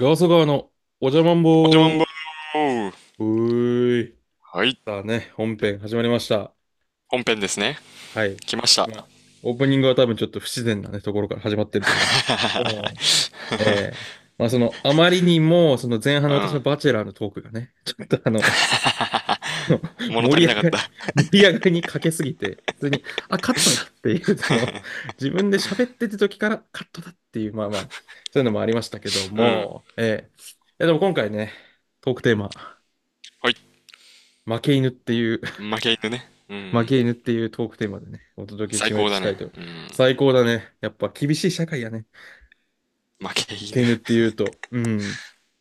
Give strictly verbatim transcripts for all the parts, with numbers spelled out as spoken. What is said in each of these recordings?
ガワソ川のおじゃまんぼー。 おじゃまんぼー。 うーい。 はい。 さあね、本編始まりました。 本編ですね。 はい。 来ました。 まあ、オープニングは多分ちょっと不自然なね、ところから始まってると思うんですけども、ええまあその、あまりにも、その前半の私のうん。 バチェラーのトークがね、ちょっとあの、 物足盛り上がり、 りなかった。 盛り上がりに欠けすぎて、普通に、あ、カットだっていう、その、自分で喋ってて時からカットだっていう、まあまあ、そういうのもありましたけどうん。 も、ええいやでも今回ね、トークテーマ、 はい。 負け犬っていう、 負け犬ね。う負ん。 け犬っていうトークテーマでね、お届けし最高だね。 したいと。 うん。 最高だね。やっぱ厳しい社会やね。 負け犬。 負け犬っていうと。うん。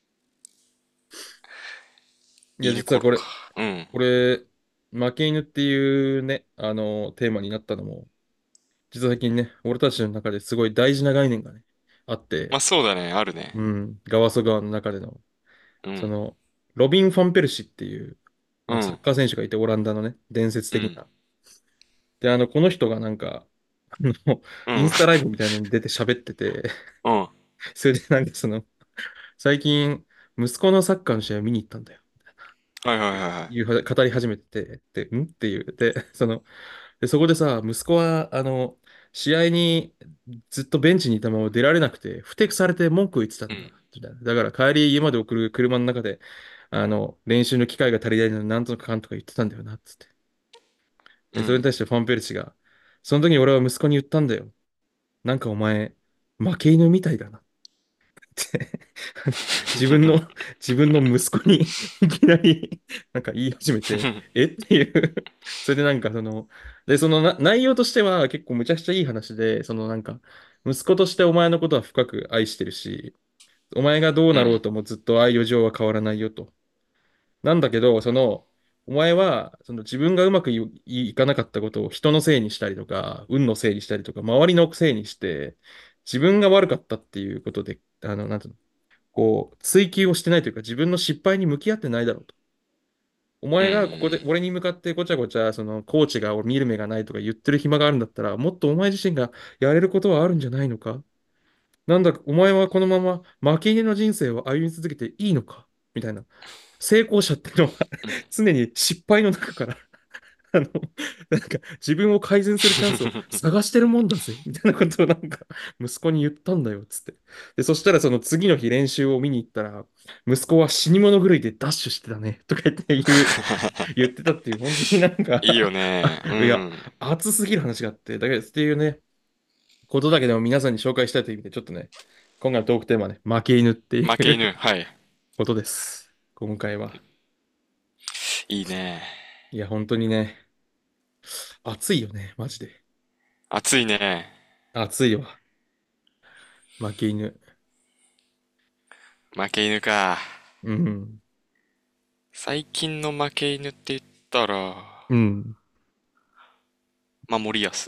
いや、 犬コロか。 実はこれ、 うん。 これ、負け犬っていうね、あの、テーマになったのも、実は最近ね、俺たちの中ですごい大事な概念がね、あって、 まあそうだね。あるね。 うん、ガワソ川の中での、 うん。 その、ロビン・ファンペルシっていう、まあ、サうん。 ッカー選手がいて、オランダのね、伝説うん。 的な。で、あの、この人がなんか、あの、 うん。 インスタライブみたいなのに出て喋ってて、 うん。 それでなんかその、最近、息子のサッカーの試合を見に行ったんだよ。 はいはいはいはい。 いうは語り始めてて、で、んっていう。で、その、で、そこでさ、息子は、あの、試合にずっとベンチにいたまま出られなくて、ふてくされて文句を言ってたんだ。 うん。 みたいなだから帰り家まで送る車の中で、あの、練習の機会が足りないのになんとかかんとか言ってたんだよな、つって。で、それにうん。 対してファンペルチが、その時に俺は息子に言ったんだよ。なんかお前、負け犬みたいだなって自分の、自分の息子にいきなりなんか言い始めて、えっていうそれでなんかその、で、そのな内容としては結構むちゃくちゃいい話で、そのなんか、息子としてお前のことは深く愛してるし、お前がどううん。 なろうともずっと愛情上は変わらないよと。なんだけど、その、お前は、その自分がうまくい、いかなかったことを人のせいにしたりとか、運のせいにしたりとか、周りのせいにして、自分が悪かったっていうことで、あの、なんていうの、こう、追求をしてないというか、自分の失敗に向き合ってないだろうと。おう前がここで、 ん。 俺に向かってごちゃごちゃ、その、コーチが見る目がないとか言ってる暇があるんだったら、もっとお前自身がやれることはあるんじゃないのか。なんだ、お前はこのまま負け犬の人生を歩み続けていいのかみたいな。成功者っていうのはうん。 常に失敗の中からあの、なんか自分を改善するチャンスを探してるもんだぜ、みたいなことをなんか息子に言ったんだよ、つって。で、そしたらその次の日練習を見に行ったら、息子は死に物狂いでダッシュしてたね、とか言って言う、言ってたっていう、本当になんかいいよあね。ういや、 ん。 熱すぎる話があって、だけど、っていうね、ことだけでも皆さんに紹介したいという意味で、ちょっとね、今回のトークテーマはね、負け犬っていう負け犬。はい。 ことです。今回は。 いいね。 いや、本当にね、熱いよね、マジで。 暑いね。 熱いわ。負け犬。 負け犬か。 うん。 最近の負け犬って言ったら、 うん。 まあ、森保。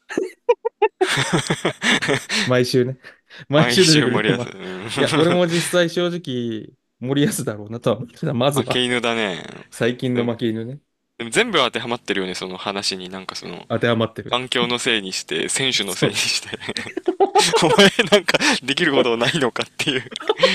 毎週ね。毎毎週出てくるけど、 週森保。 まあ、 うん。 いや、俺も実際正直、森保だろうなとは思ってた。まずは、 負け犬だね。 最近のでも、 負け犬ね。 でも全部当てはまってるよね、その話に。なんかその、 当てはまってる。 環境のせいにして、選手のせいにそう。 してお前なんかできることないのかっていう。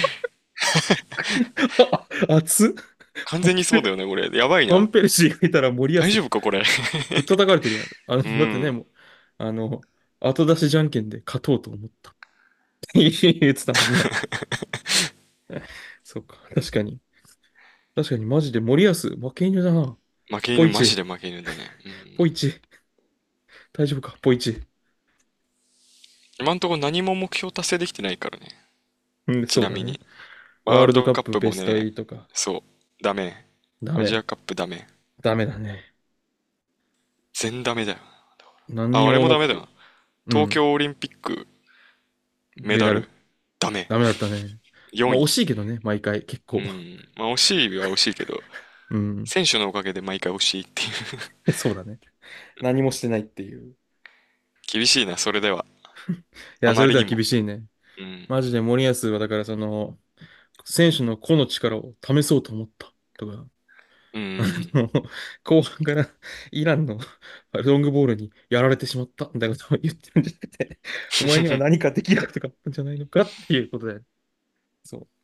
あ、熱っ。 完全にそうだよね、これ。やばいな。 ファンペルシーがいたら森保、 大丈夫か、これ。 ぶっ叩かれてるやん。あの、 うだってね、 ん。 もう、あの、後出しじゃんけんで勝とうと思ったって言ってたもんね。そうか。確かに。確かに、マジで森保、負け犬だな。 負け犬、 ポイチ、 マジで負け犬だね。うん。 ポイチ。大丈夫か、ポイチ。 今んところ何も目標達成できてないからね。 うん、そうだね。 ちなみに。ワワールドールドカッカップベストプもね、 はちか。 そう、ダメ。 ダメ。 アジアカップダメ。 ダメだね。 全ダメだよ。あ、 何にあれも目標。 もダメだな。東うん。 京オリンピックメダル、 メダル。 ダメ。 ダメだったね。まあ、惜よんい。 しいけどね、毎回、結構。 うん。まあ惜しいは惜しいけど、 うん。 選手のおかげで毎回惜しいっていう。 そうだね。何もしてないっていう。 厳しいな、それでは。 いや、それではあまりにも。 厳しいね。 うん。 マジで森保は、だからその、選手の個の力を試そうと思ったとか、 うあん。 の後半からイランのロングボールにやられてしまったみたいなことを言ってるんじゃなくて、お前には何かできることがあったんじゃないのかっていうことで、そう。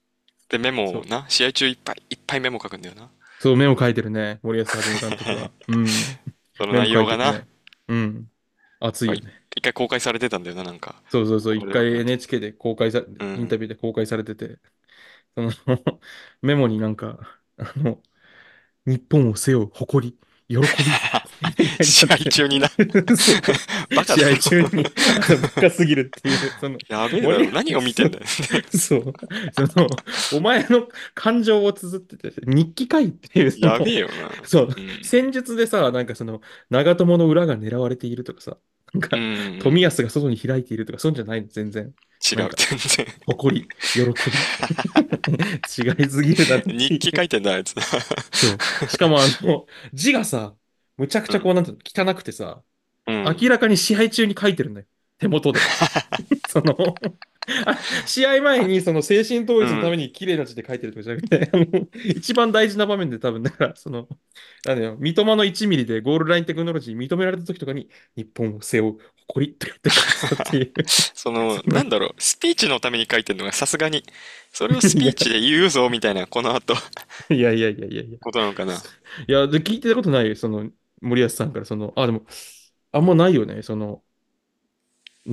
で、メモそう。 をな、試合中いっぱいいっぱいメモ書くんだよな。 そう、メモ書いてるね。森保一監督は。うん。 そのメモ内容がな、 書いてるね。うん。熱いまあいよね。 一回公開されてたんだよな、なんか。 そうそうそう。 これは、 一回 エヌエイチケー で公開さ、インタうん。 ビューで公開されてて、そのメモになんか、あの、日本を背負う誇り、喜びって書いてあ試合って中にな。 そう、 バカだ試合中ろ。 にあのバカすぎるっていう、その、 やべえだろ。 森何を見てそう、 んだよ。 そう、その、お前の感情を綴ってて、日記かいっていう、その、 やべえよな。 そう、 うん。 戦術でさ、なんかその、長友の裏が狙われているとかさ、なんうんうか、冨ん。 安が外に開いているとか、そういうんじゃないの、全然。 違う、 なんか、 全然。 誇り、喜び。違いすぎるだろって日記書いう。 いてんだ、あいつ。 そう。しかもあの、字がさ、むちゃくちゃこう、 うん。 なんていうの、汚くてさ、 うん。 明らかに試合中に書いてるんだよ。手元で。そのあ試合前にその精神統うん。 一のために綺麗な字で書いてるとかじゃなくて、あの一番大事な場面で多分、だから、その、なんだよ、三笘のいちミリでゴールラインテクノロジー認められた時とかに、日本を背負う誇りとかって書いてたっていう。 その、 そのなんだろう、スピーチのために書いてるのがさすがに、それをスいや、 ピーチで言うぞ、みたいな、この後、 いやいやいやいやいや。 ことなのかな。 いや、で、聞いてたことないよ。その、森保さんから、その、あ、でも、あんまないよね。その、うん、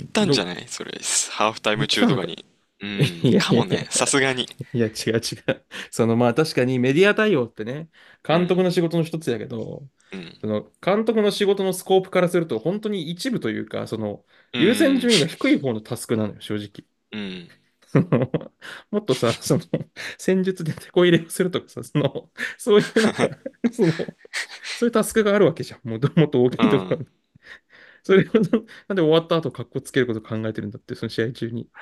言ったんじゃど、 ないそれ、ハーフタイム言ったのか。 中とかに。うん、 いやいやいや、 かもね、さすがに。 いや、違う違う。その、まあ確かにメディア対応ってね、監督うん、 の仕事の一つやけど、 うん、 その、監督の仕事のスコープからすると、本当に一部というか、その、 うん、 優先順位が低い方のタスクなのよ、正直。 うん。 そのもっとさ、その、戦術で手こ入れをするとかさ、その、そういうなんか、その、そういうタスクがあるわけじゃん。もっともっと大きいところ。 うん。 それを、なんで終わった後、格好つけること考えてるんだって、その試合中に。 い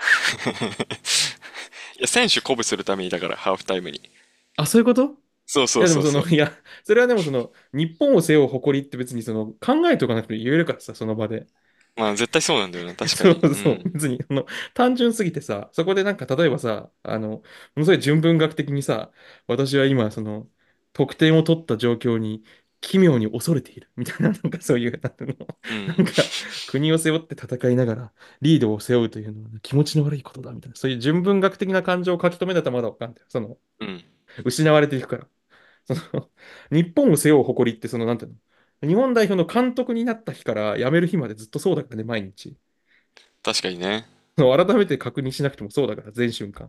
や、選手鼓舞するために、だから、ハーフタイムに。 あ、そういうこと？ そうそいや、でもその、 うそうそう。 いや、それはでもその、日本を背負う誇りって別にその、考えとかなくて言えるからさ、その場で。 まあ、絶対そうなんだよな、確かに。 そうそう、 うん、 別に、あの、単純すぎてさ、そこでなんか、例えばさ、あの、ものすごい純文学的にさ、私は今、その、得点を取った状況に、奇妙に恐れている、みたいな、なんかそういう、なんていうの、 うん、 なんか、国を背負って戦いながら、リードを背負うというのは、気持ちの悪いことだ、みたいな、そういう純文学的な感情を書き留めたらまだわかんない。その、 うん。 失われていくから。その、日本を背負う誇りって、その、なんていうの、日本代表の監督になった日から辞める日までずっとそうだからね、毎日。 確かにね。 その改めて確認しなくてもそうだから、全瞬間。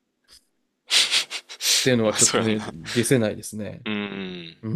っていうのはまあ、 ちょっとね、 そうやな。 消せないですね。 うん。 うん。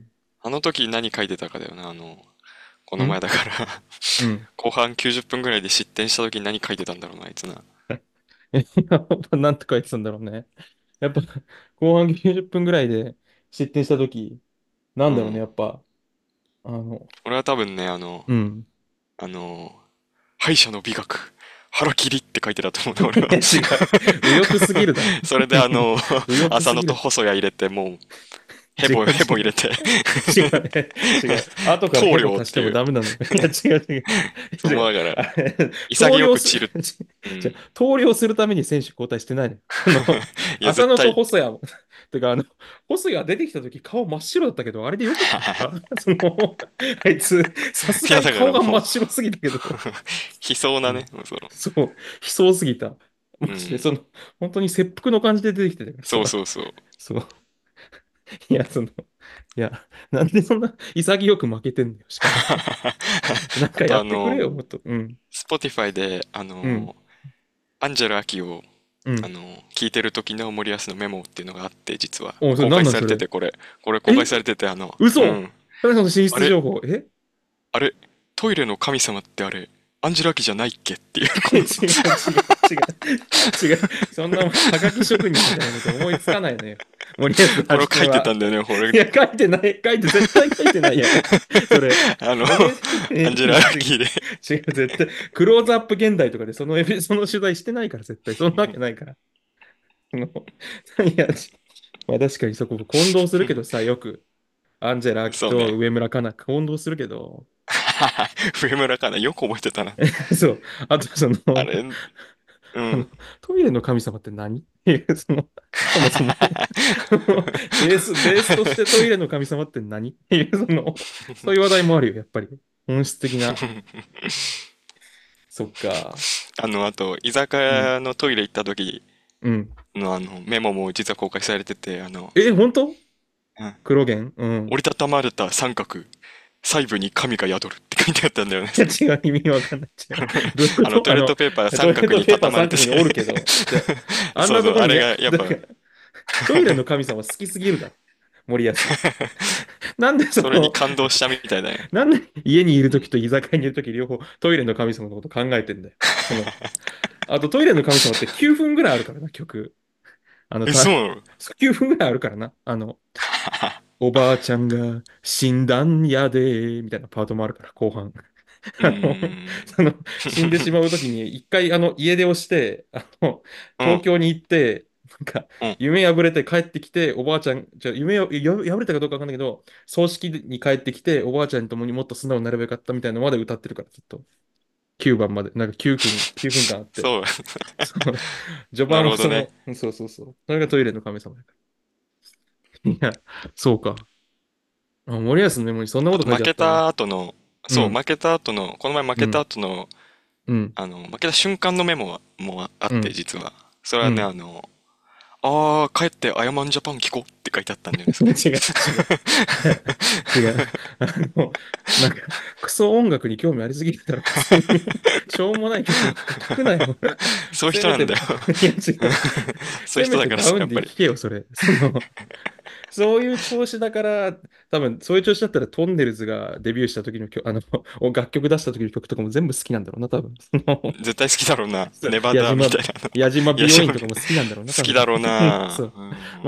あの時何書いてたかだよな、あの、この前うんだからうん。 後半きゅうじゅっぷんぐらいで失点した時に何書いてたんだろうな、あいつな。 やっぱなんて書いてたんだろうね。やっぱ、後半きゅうじゅっぷんぐらいで失点したとき、なんだろうね、 うん。 やっぱ、あの、 俺は多分ね、あの、 うん。 あの、敗者の美学、腹切りって書いてたと思うね、俺は。 いや、違う。右翼すぎるだろ。 それであの、 右翼浅野とすぎる。 細谷入れて、もう、ヘ違うボ、ヘボ違う。 入れて違うね。違う。後から棟ヘボ足して梁っていう、 もダメなのよ。いや、違う違う。 そう違う。 思いながら、 あれ、投潔了す、 く散る。 違う、 うん。 投了するために選手交代してないのよ。あの、 いや、 浅野と絶対、 細谷も。てか、あの、細谷出てきた時顔真っ白だったけど、あれでよかったのかその、あいつ、さすいや、 がにだからもう顔が真っ白すぎたけど、 悲壮なね、 うん、 もうその、 そう、悲壮すぎた。マジで、 うん。 その、本当に切腹の感じで出てきてたからそうさ、 そうそう。 そう。いや、その、いや、なんでそんな潔く負けてんのよ、しかも。なんあかやとあの、 ってくれよ、もっと。うん。 Spotify で、あうん。 の、アンジェル・アキを、 うん。 あの、聞いてる時の森保のメモっていうのがあって、実は。 お、それ公開なんなんそれ。 されてて、これ。これ公開えされてて、あの、う嘘？ ん。 誰その進あれ出情報？え？ あれトイレの神様ってあれ、アンジェル・アキじゃないっけっていう、こ違うの違う違う。違う。そんな、はがき職人みたいなこと思いつかないのよ。森保これを書いてた一は。 んだよね、これ。 いや、書いてない。書いて、絶対書いてないやろ。それ。 あの、 ボケ、えアンジェル・ア違う、 キで、 違う、絶対。クローズアップ現代とかでそのエピ、その取材してないから、絶対。そんなわけないから。そのいや、ちまあ確かにそこ混同するけどさ、よく。アンジェラ・アキそうね。 と上村かな混同するけど、 上村かなよく覚えてたな。 そう。あと、その、 あれ、うあの、 ん。 トイレの神様って何っていう、その、そもそもベース、ベースとしてトイレの神様って何っていう、その、そういう話題もあるよ、やっぱり。本質的な。そっか。 あの、あと、居酒うん、 屋のトイレ行った時うん。 のあのメモも実は公開されてて、あの、 え、本当？ うん、 黒源うん。 折りたたまれた三角、細部に神が宿るって書いてあったんだよね、 いや、 それ。 違う、意味わかんない。違う。どういうこあの、トイレッと？あの、 トペーパートイレット三角にペーパー三畳まれてて角に折るけど、じゃあ、あんそうそう、 なとこに、 あれがやっぱ、 だからトイレの神様好きすぎるだろ。森保。なんでそそれにの、 感動したみたいだね。 なんで家にいるうん。 ときと居酒屋にいるとき両方トイレの神様のこと考えてんだよ。その、あとトイレの神様ってきゅうふんぐらいあるからな、曲。あの、 え、 た、 そうなの？ きゅうふんぐらいあるからな。あの、おばあちゃんが死んだんやで、みたいなパートもあるから、後半。 うーあの、 ん。 その、死んでしまうときに、一回、あの、家出をして、あの、 うん、 東京に行って、なんか、 うん。 夢破れて帰ってきて、おばあちゃん、じゃあ夢をよ破れたかどうかわかんないけど、葬式に帰ってきて、おばあちゃんに共にもっと素直になればよかったみたいなのまで歌ってるから、ずっと。きゅうばんまで。なんかきゅうふん、きゅうふんかんあって。 そう。 その、序な盤るほどね。 はその、そうそうそう。それがトイレの神様だから。いや、そうか。あ、森保のメモにそんなこと書いあと負けてあったわ。 た後の、そう、 うん、 負けた後の、この前負けたうん、 後の、 うん、 あの、負けた瞬間のメモはもうあって、 うん、 実は。それはね、 うん。 あの、あー、帰ってアヤマンジャパン聞こうって書いてあったんだよね、それ。 違う、違う。違う。あの、なんか、クソ音楽に興味ありすぎるだろ、普通に。しょうもない曲ばっか書くなよ。 そういうせめて、 人なんだよ。 いや、違う。 そういうせめ人だからさ、 てダウンでやっぱり。 聞けよ、それ。その、そういう調子だから、多分、そういう調子だったら、トンネルズがデビューした時の曲、あの、楽曲出した時の曲とかも全部好きなんだろうな、多分。その、 絶対好きだろうな。ネバダみ矢島、 たいなの。 矢島いや、 美容院とか正味好も好きなんだろうな、多分。 きだろうな。 そう。 うん。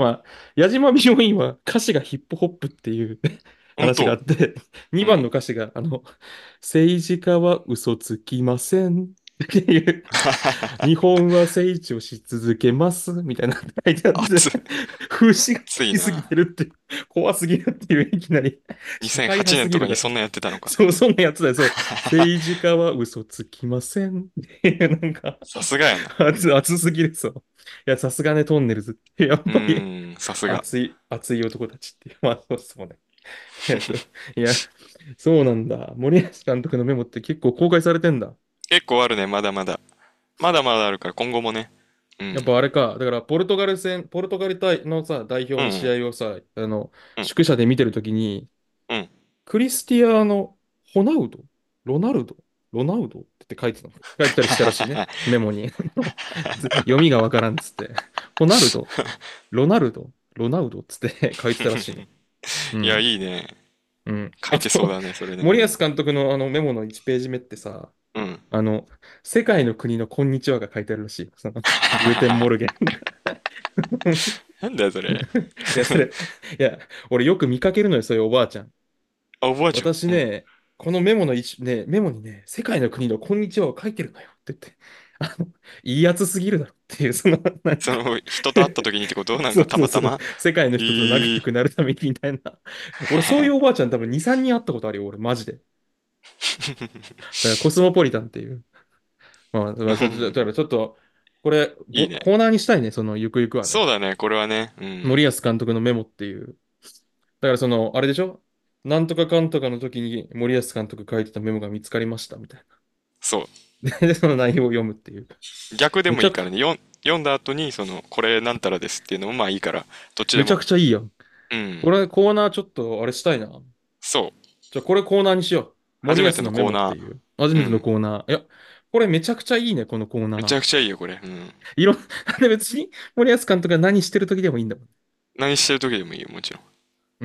まあ、矢島美容院は歌詞がヒップホップっていう話があ本当？ って、にばんうん。 の歌詞が、あの、政治家は嘘つきませんっていう、日本は成長し続けますみたいなの書いてあって、 熱い、 風刺がつきすぎ熱いな。 てるって、怖すぎるっていう、いきなり、社会 2008 派す年ぎるだろ。 とかにそんなんやってたのか。 そう、そんなやつだよ。そう。政治家は嘘つきませんっていう、なんか、 さすがやな。 熱、熱すぎるそう。いや、さすがね、トンネルズって、やっうぱり、 ーん、さすが。 熱い、熱い男たちっていう。まあ、そうそうね。いや、そう、いや、そうなんだ。森保監督のメモって結構公開されてんだ。 結構あるね、まだまだ。まだまだあるから、今後もね。うやっん。 ぱあれか。だから、ポルトガル戦、ポルトガル対のさ、代表のうん、 試合をさ、あの、 うん、 宿舎で見てるときに、 うん。 クリスティアーノ・ホナウドロナルドロナウドって書いてたの書いてたりしたらしいね。メモに。読みがわからんっつって。ホナルドロナルドロナウドっつって書いてたらしいの。ういや、 ん。 いいね。 うん。 書いあと、 てそうだね、それで。うん。 森保監督のあのメモのいちページ目ってさ、 うん。 あの、世界の国のこんにちはが書いてあるらしい。その、グーテンモルゲン。 なんだよ、それ。 いや、それ、いや、俺よく見かけるのよ、そういうおばあちゃん。 あ、おばあちゃん。うん。 私ね、このメモの一、ね、メモにね、世界の国のこんにちはを書いてるのよって言って、あの、いいやつすぎるだろっていう、その、なんかその、人と会った時にってことなんかそうそうそう、 たまたま。 世界の人と仲いい。 良くなるためにみたいな。俺、そういうおばあちゃん多分に、さんにん会ったことあるよ、俺、マジで。だからコスモポリタンっていう。まあ、だからちょっと、だからちょっとこれ、 いいね。 ぼコーナーにしたいね、その、ゆくゆくはね。 そうだね、これはね。うん。 森保監督のメモっていう。だからその、あれでしょ？なんとかかんとかの時に森保監督書いてたメモが見つかりましたみたいそう。 な。で、でその内容を読むっていう。 逆でめちゃく、 もいいからね。読ん読んだ後に、その、これなんたらですっていうのもまあいいから、どっちでめちゃも。 くちゃいいやん。 うん。 これコーナーちょっとあれしたいな。 そう。 じゃあこれコーナーにしよう。 初めて森保のメのコーナー。 モっていう。初めてのうん。 コーナー。いや、これめちゃくちゃいいね、このコーナめちー。 ゃくちゃいいよ、これ。うん。 いろん、で別に森保監督が何してる時でもいいんだもん。 何してる時でもいいよ、もちろん。 うん。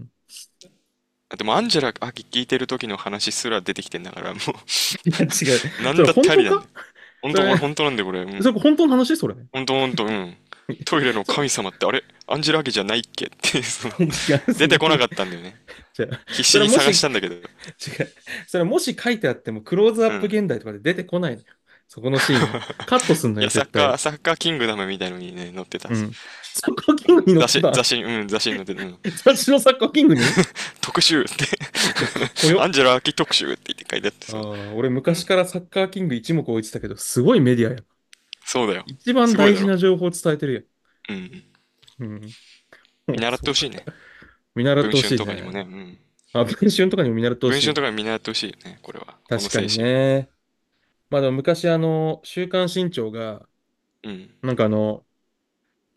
でも、アンジェラ・アキ聞いてる時の話すら出てきてんだから、もいや、違う。 う、なそれんだって本当か？ ありなんだよ。本当、これそれ、 本当なんで、これ。うん。 それ本当の話それ。 本当、本当、うん。トイレのそ神様って、あれアンジェラ・アキじゃないっけって、その、 違う、それ、 出てこなかったんだよね。 違う。 必死にそれもし、違探したんだけど。 う。それもし書いてあっても、クローズアップうん。 現代とかで出てこないのよ。そこのシーンは。カットすんのよ、 いや、サッカー、 絶対。 サッカーキングダムみたいのにね、載ってた。 うん。サッカーキングに載っ雑誌、雑てた。 誌に、うん、雑誌に載ってた。うん。 雑誌のサッカーキングに特集っていや、かっこよ。 アンジェラ・アキ特集って言って書いてあってさ。 ああ、俺うん。 昔からサッカーキング一目置いてたけど、すごいメディアや。 そうだよ。 一番大すごいだろ。 事な情報を伝えてるうん。 やん。うん。 見習っそうか。 てほしいね。 見習ってほ文春しいね。 とかにもね。うん。 あ、文春とかにも見習ってほ文春としい。 かに見習ってほしいよね。これは。この確かに精神。 ね。まあでも昔あの、週刊新潮が、 うん。 なんかあの、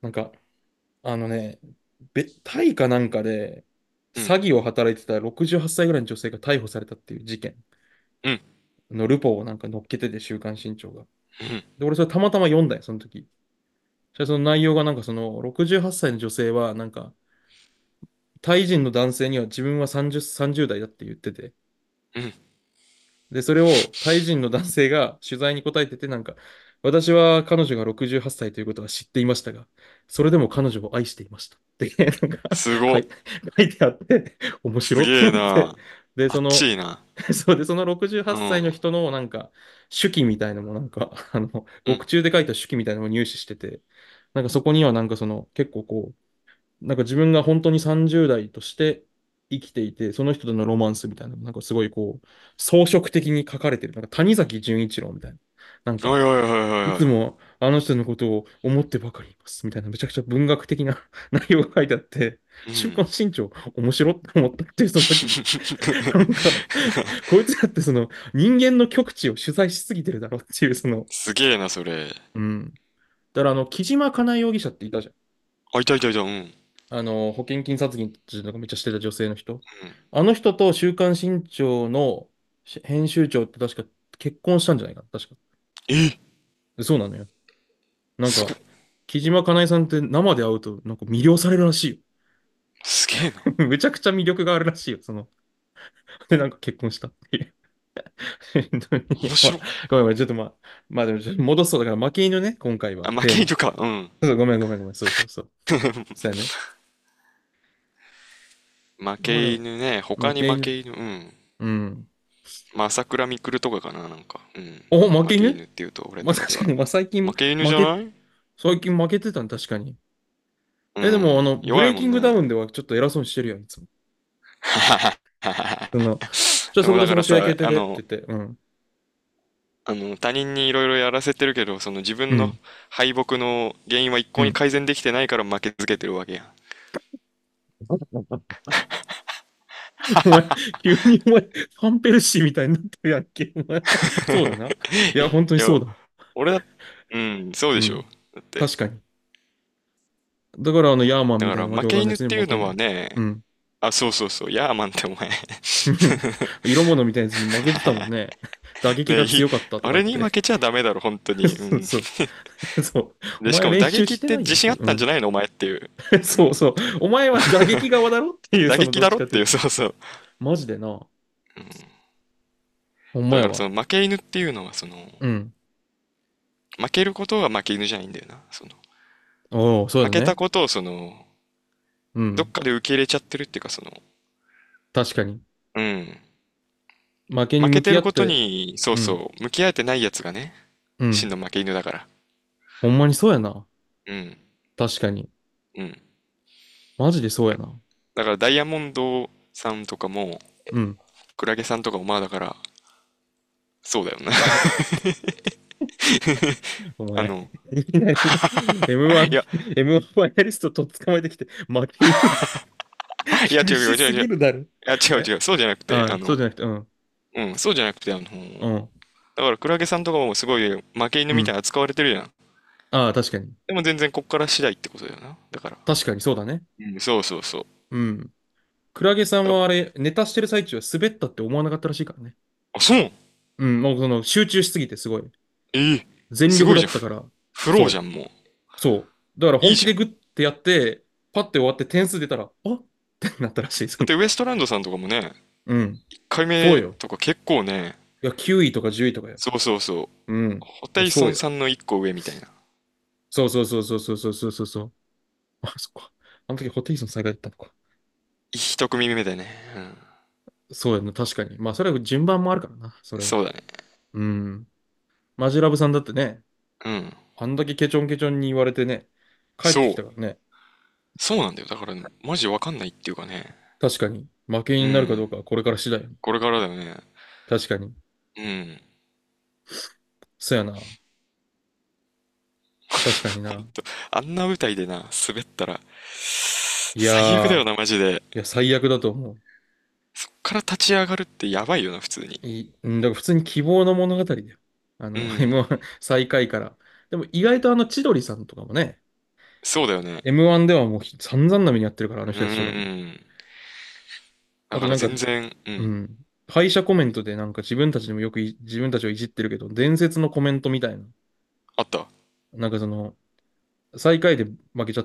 なんか、あのね、べ、タイかなんかで、 うん。 詐欺を働いてたろくじゅうはっさいぐらいの女性が逮捕されたっていう事件うん。 のルポをなんか載っけてて、週刊新潮が。 うん。 で、俺それたまたま読んだよ、その時。じゃその内容がなんかそのろくじゅうはっさいの女性はなんか、タイ人の男性には自分はさんじゅう、さんじゅう代だって言ってて、 うん。 で、それをタイ人の男性が取材に答えてて、なんか、私は彼女がろくじゅうはっさいということは知っていましたが、それでも彼女を愛していました。で、なんか、 すごっ。 書い、書いてあって、面白っとすげえ思って。 な。 で、 あっその、 ちいな。 そうで、その68 うん。 歳の人のなんか、手記みたいなのもなんか、あの、 うん。 獄中で書いた手記みたいなのも入手してて、なんかそこにはなんかその、結構こう、なんか自分が本当にさんじゅう代として生きていて、その人とのロマンスみたいなのなんかすごいこう、装飾的に書かれてる。なんか谷崎潤一郎みたいな。なんか、 はいはいはいはいはい。 いつもあの人のことを思ってばかりいます。みたいな、めちゃくちゃ文学的な内容が書いてあって、週うん。 刊新潮面白って思ったっていう、その時に。なんか、こいつだってその人間の極致を取材しすぎてるだろうっていう、その、 すげえな、それ。 うん。だからあの、木島かなえ容疑者っていたじゃん。 あ、いたいたいた。うん。うん。 あの、保険金殺人とかめっちゃしてた女性の人。あの人と週刊新潮の編集長って確か結婚したんじゃないかな、確か。 え、 そうなのよ。なんか、 すご、 木島かなえさんって生で会うとなんか魅了されるらしいすげえな。 よ。めちゃくちゃ魅力があるらしいよ。その、で、なんか結婚したっていう。いや、まあ、 面白。 ごめんごめん、ちょっとまあ、まあでもちょっと戻そう。だから負け犬ね、今回あ、 は、テーマ。 負け犬か。うん。 そうそう、ごめんごめんごめん、そうそうそう。そうやね。 負けまあでも、 犬ね。他に負け犬。 負け犬。うん。 うん。 まあ、朝倉未来とかかな、なんか。うん。 お、負け負け犬犬っていうと、俺の中では。 まあ確かに、まあ最近負け犬負け、 じゃない？ 最近負けてたの、確かに。え、でも、あうん。 の、ブ弱レイキングダいもんね。 ウンではちょっと偉そうにしてるやん、いつも。その、じゃあでもそこでその試合だからさ、 決定でってあの、 言って、うん。 あの、他人にいろいろやらせてるけど、その自分のうん。 敗北の原因は一うん。 向に改善できてないから負け続けてるわけやん。 お前、急にお前、ファンペルシーみたいになってるやんけ。お前、そうだな。いや、本当にいや、 そうだ。 俺だ、うん、そうでしょ。 うん。 だって。 確かに。だから、あの、ヤーマンみたいなわけだから負けわかんないやつに犬っていうの負けんの。 はね、 うん。 あ、そうそうそう、ヤーマンってお前色物みたいなやつに負けてたもんね。打撃ね、いが強かったとあか言って。 れに負けちゃダメだろ、本当に。うそうん。 そう。そう。おで、し前練かも打習してな撃って自いよっていう。うん。 信あったんじゃないのお前っていう。うん。 そうそう。お前は打撃側だろっていう、 打その撃だろっていう、 どっちかっていうと。 そうそう。 マジでな。 うん。 ほんまやわ。 だからその負け犬っていうのは、その、 うん。 負けることは負け犬じゃないんだよな。その、 おお、そう負だね。 けたことをその、どっうん。 かで受け入れちゃってるっていうか、その、 確かに。 うん。 負けに向負けてることき合って、 に、そううん。 そう、向き合えてないやつがね、 うん。 真の負け犬だから。 ほんまにそうやな。 うん。 確かに。 うん。 マジでそうやな。 だからダイヤモンドさんとかも、 うん。 クラゲさんとかもまあだから、そうだよな。 お前、 あの、 いきなりいや、 エムワン、エムワン ファイナリストと捕まえてきて、負け犬いや違う違厳しすう違う違う。 ぎるだろ。 いや違うえ違う。そうじゃなくて、 ああ、そうあの、 じゃなくて、うん。 うん、そうじゃなくて、あの、 うん。 だからクラゲさんとかもすごい負け犬うん。 みたいな扱われてるじゃん。 ああ、確かに。 でも全然こっから次第ってことだよな。だから。 確かにそうだね。 うん、そうそうそう。 うん。クラゲさんだはあれ、ネタしてる最中は滑ったって思わなかったらしいからね。 あ、そう？ うん、もうその集中しすぎてすごい。 ええ、 全力すごいじゃん。 だったから。 フローじゃそん、もう。 う。そう。だからいいじゃん。 本気でグッてやって、パッて終わって点数出たら、あってなったらしい。そのだってウエストランドさんとかもね、 うん。 いっかいめそうよ。 とか結構ね、 いや、きゅういとかじゅういとかよ。 そうそうそう。 うん。いホテイソやそうよ。 ンさんのいっこ上みたいな。 そうそうそうそうそうそうそうそうそう。あ、そっか。あの時ホテイソン最下位だったのか。 一組目でね。 そうやな、確かに。まあ、それは順番もあるからな、そうん。 れは。 そうだね。 うん。マジラブさんだってね、 うん。 あんだけケチョンケチョンに言われてね、帰ってそう。 きたからね。 そうなんだよ。だから、マジわかんないっていうかね。 確かに。負けになるかどうん。 うかはこれから次第よ。 これからだよね。 確かに。 うん。 そうやな。確かにな。 あんな舞台でな、滑ったら、 いや最悪だよな、マジで。 ー、いや、最悪だと思う。 そっから立ち上がるってやばいよな、普通に。 いい、うんだから普通に希望の物語だよ。あの、 うん。 エムワン 最下位から。でも意外とあの、千鳥さんとかもね、 そうだよね。 エムワン ではもう散々な目にやってるから、あのう人たちとかも。 ーん。だからあとなんか、 全然、うん。 うん。敗者コメントでなんか自分たちでもよくい自分たちをいじってるけど、伝説のコメントみたいな。 あった。 なんかその、最下位で負けちゃって、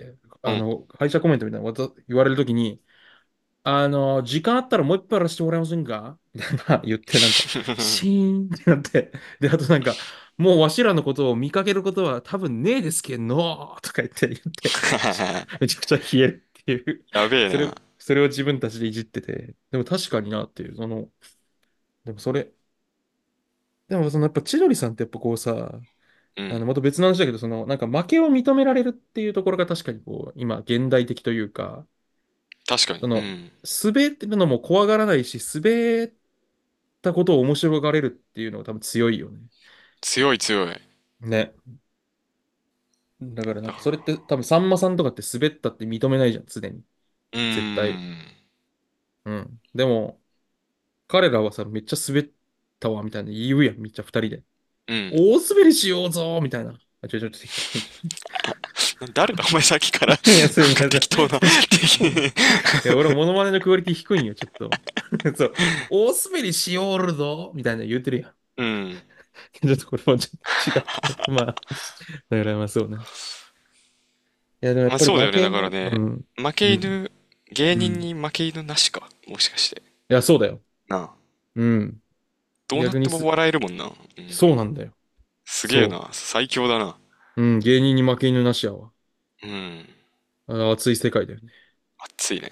うん。 あの、敗者コメントみたいなの言われるときに、あの、時間あったらもう一杯やらせてもらえませんかみたいな言って、なんか、シーンってなって、で、あとなんか、もうわしらのことを見かけることは多分ねえですけどのとか言って言って、めちゃくちゃ冷えるっていう、 やべえそれ、 な。 それを自分たちでいじってて、でも確かになっていう、その、でもそれ、でもそのやっぱ千鳥さんってやっぱこうさ、 うん。 あの、また別の話だけど、その、なんか負けを認められるっていうところが確かにこう、今、現代的というか、 確かに。 その、 うん。 滑るのも怖がらないし、滑ったことを面白がれるっていうのが多分強いよね。 強い強い。 ね。だからなんかそれっだかて多分さんまさんとかって滑ったって認めないじゃん、常に。 ら。う絶対。 ーん。 うん。でも、彼らはさ、めっちゃ滑ったわ、みたいな言うやん、めっちゃ二人で。 うん。 大滑りしようぞみたいな。あ、ちょ、ちょ、ちょ、適当に。 誰だお前さっきからいや、すなんかみません。 適当な。 確か適に。いや、俺、モノマネのクオリティ低いんよ、ちょっと。そう。大滑りしよるぞみたいな言うてるやん。 うん。 ちょっとこれもちょっと違って。まあ、だからまあそうね。いや、でもやっぱりまあそうだよね。 負け犬、 だからね、 うん。 負うん。 け犬、芸うん。 人に負け犬なしか。もしかして。 いや、そうだよ。 なあ。 うん。 どうなっても逆にす、 笑えるもんな。うん。 そうなんだよ。そすげえな。最強だな。 う。うん。芸人に負け犬なしやわ。 うん。 あ、熱い世界だよね。 熱いね。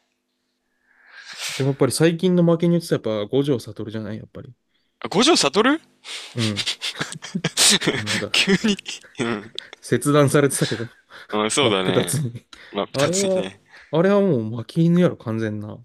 でもやっぱり最近の負け犬ってやっぱ五条悟じゃないやっぱり。 あ、五条悟。 うん。なんか、 急に。うん。 切断されてたけど、 あ、そう真っだね。 二つに。 真っあれは、 二つにね。 あれはもう負け犬やろ、完全な。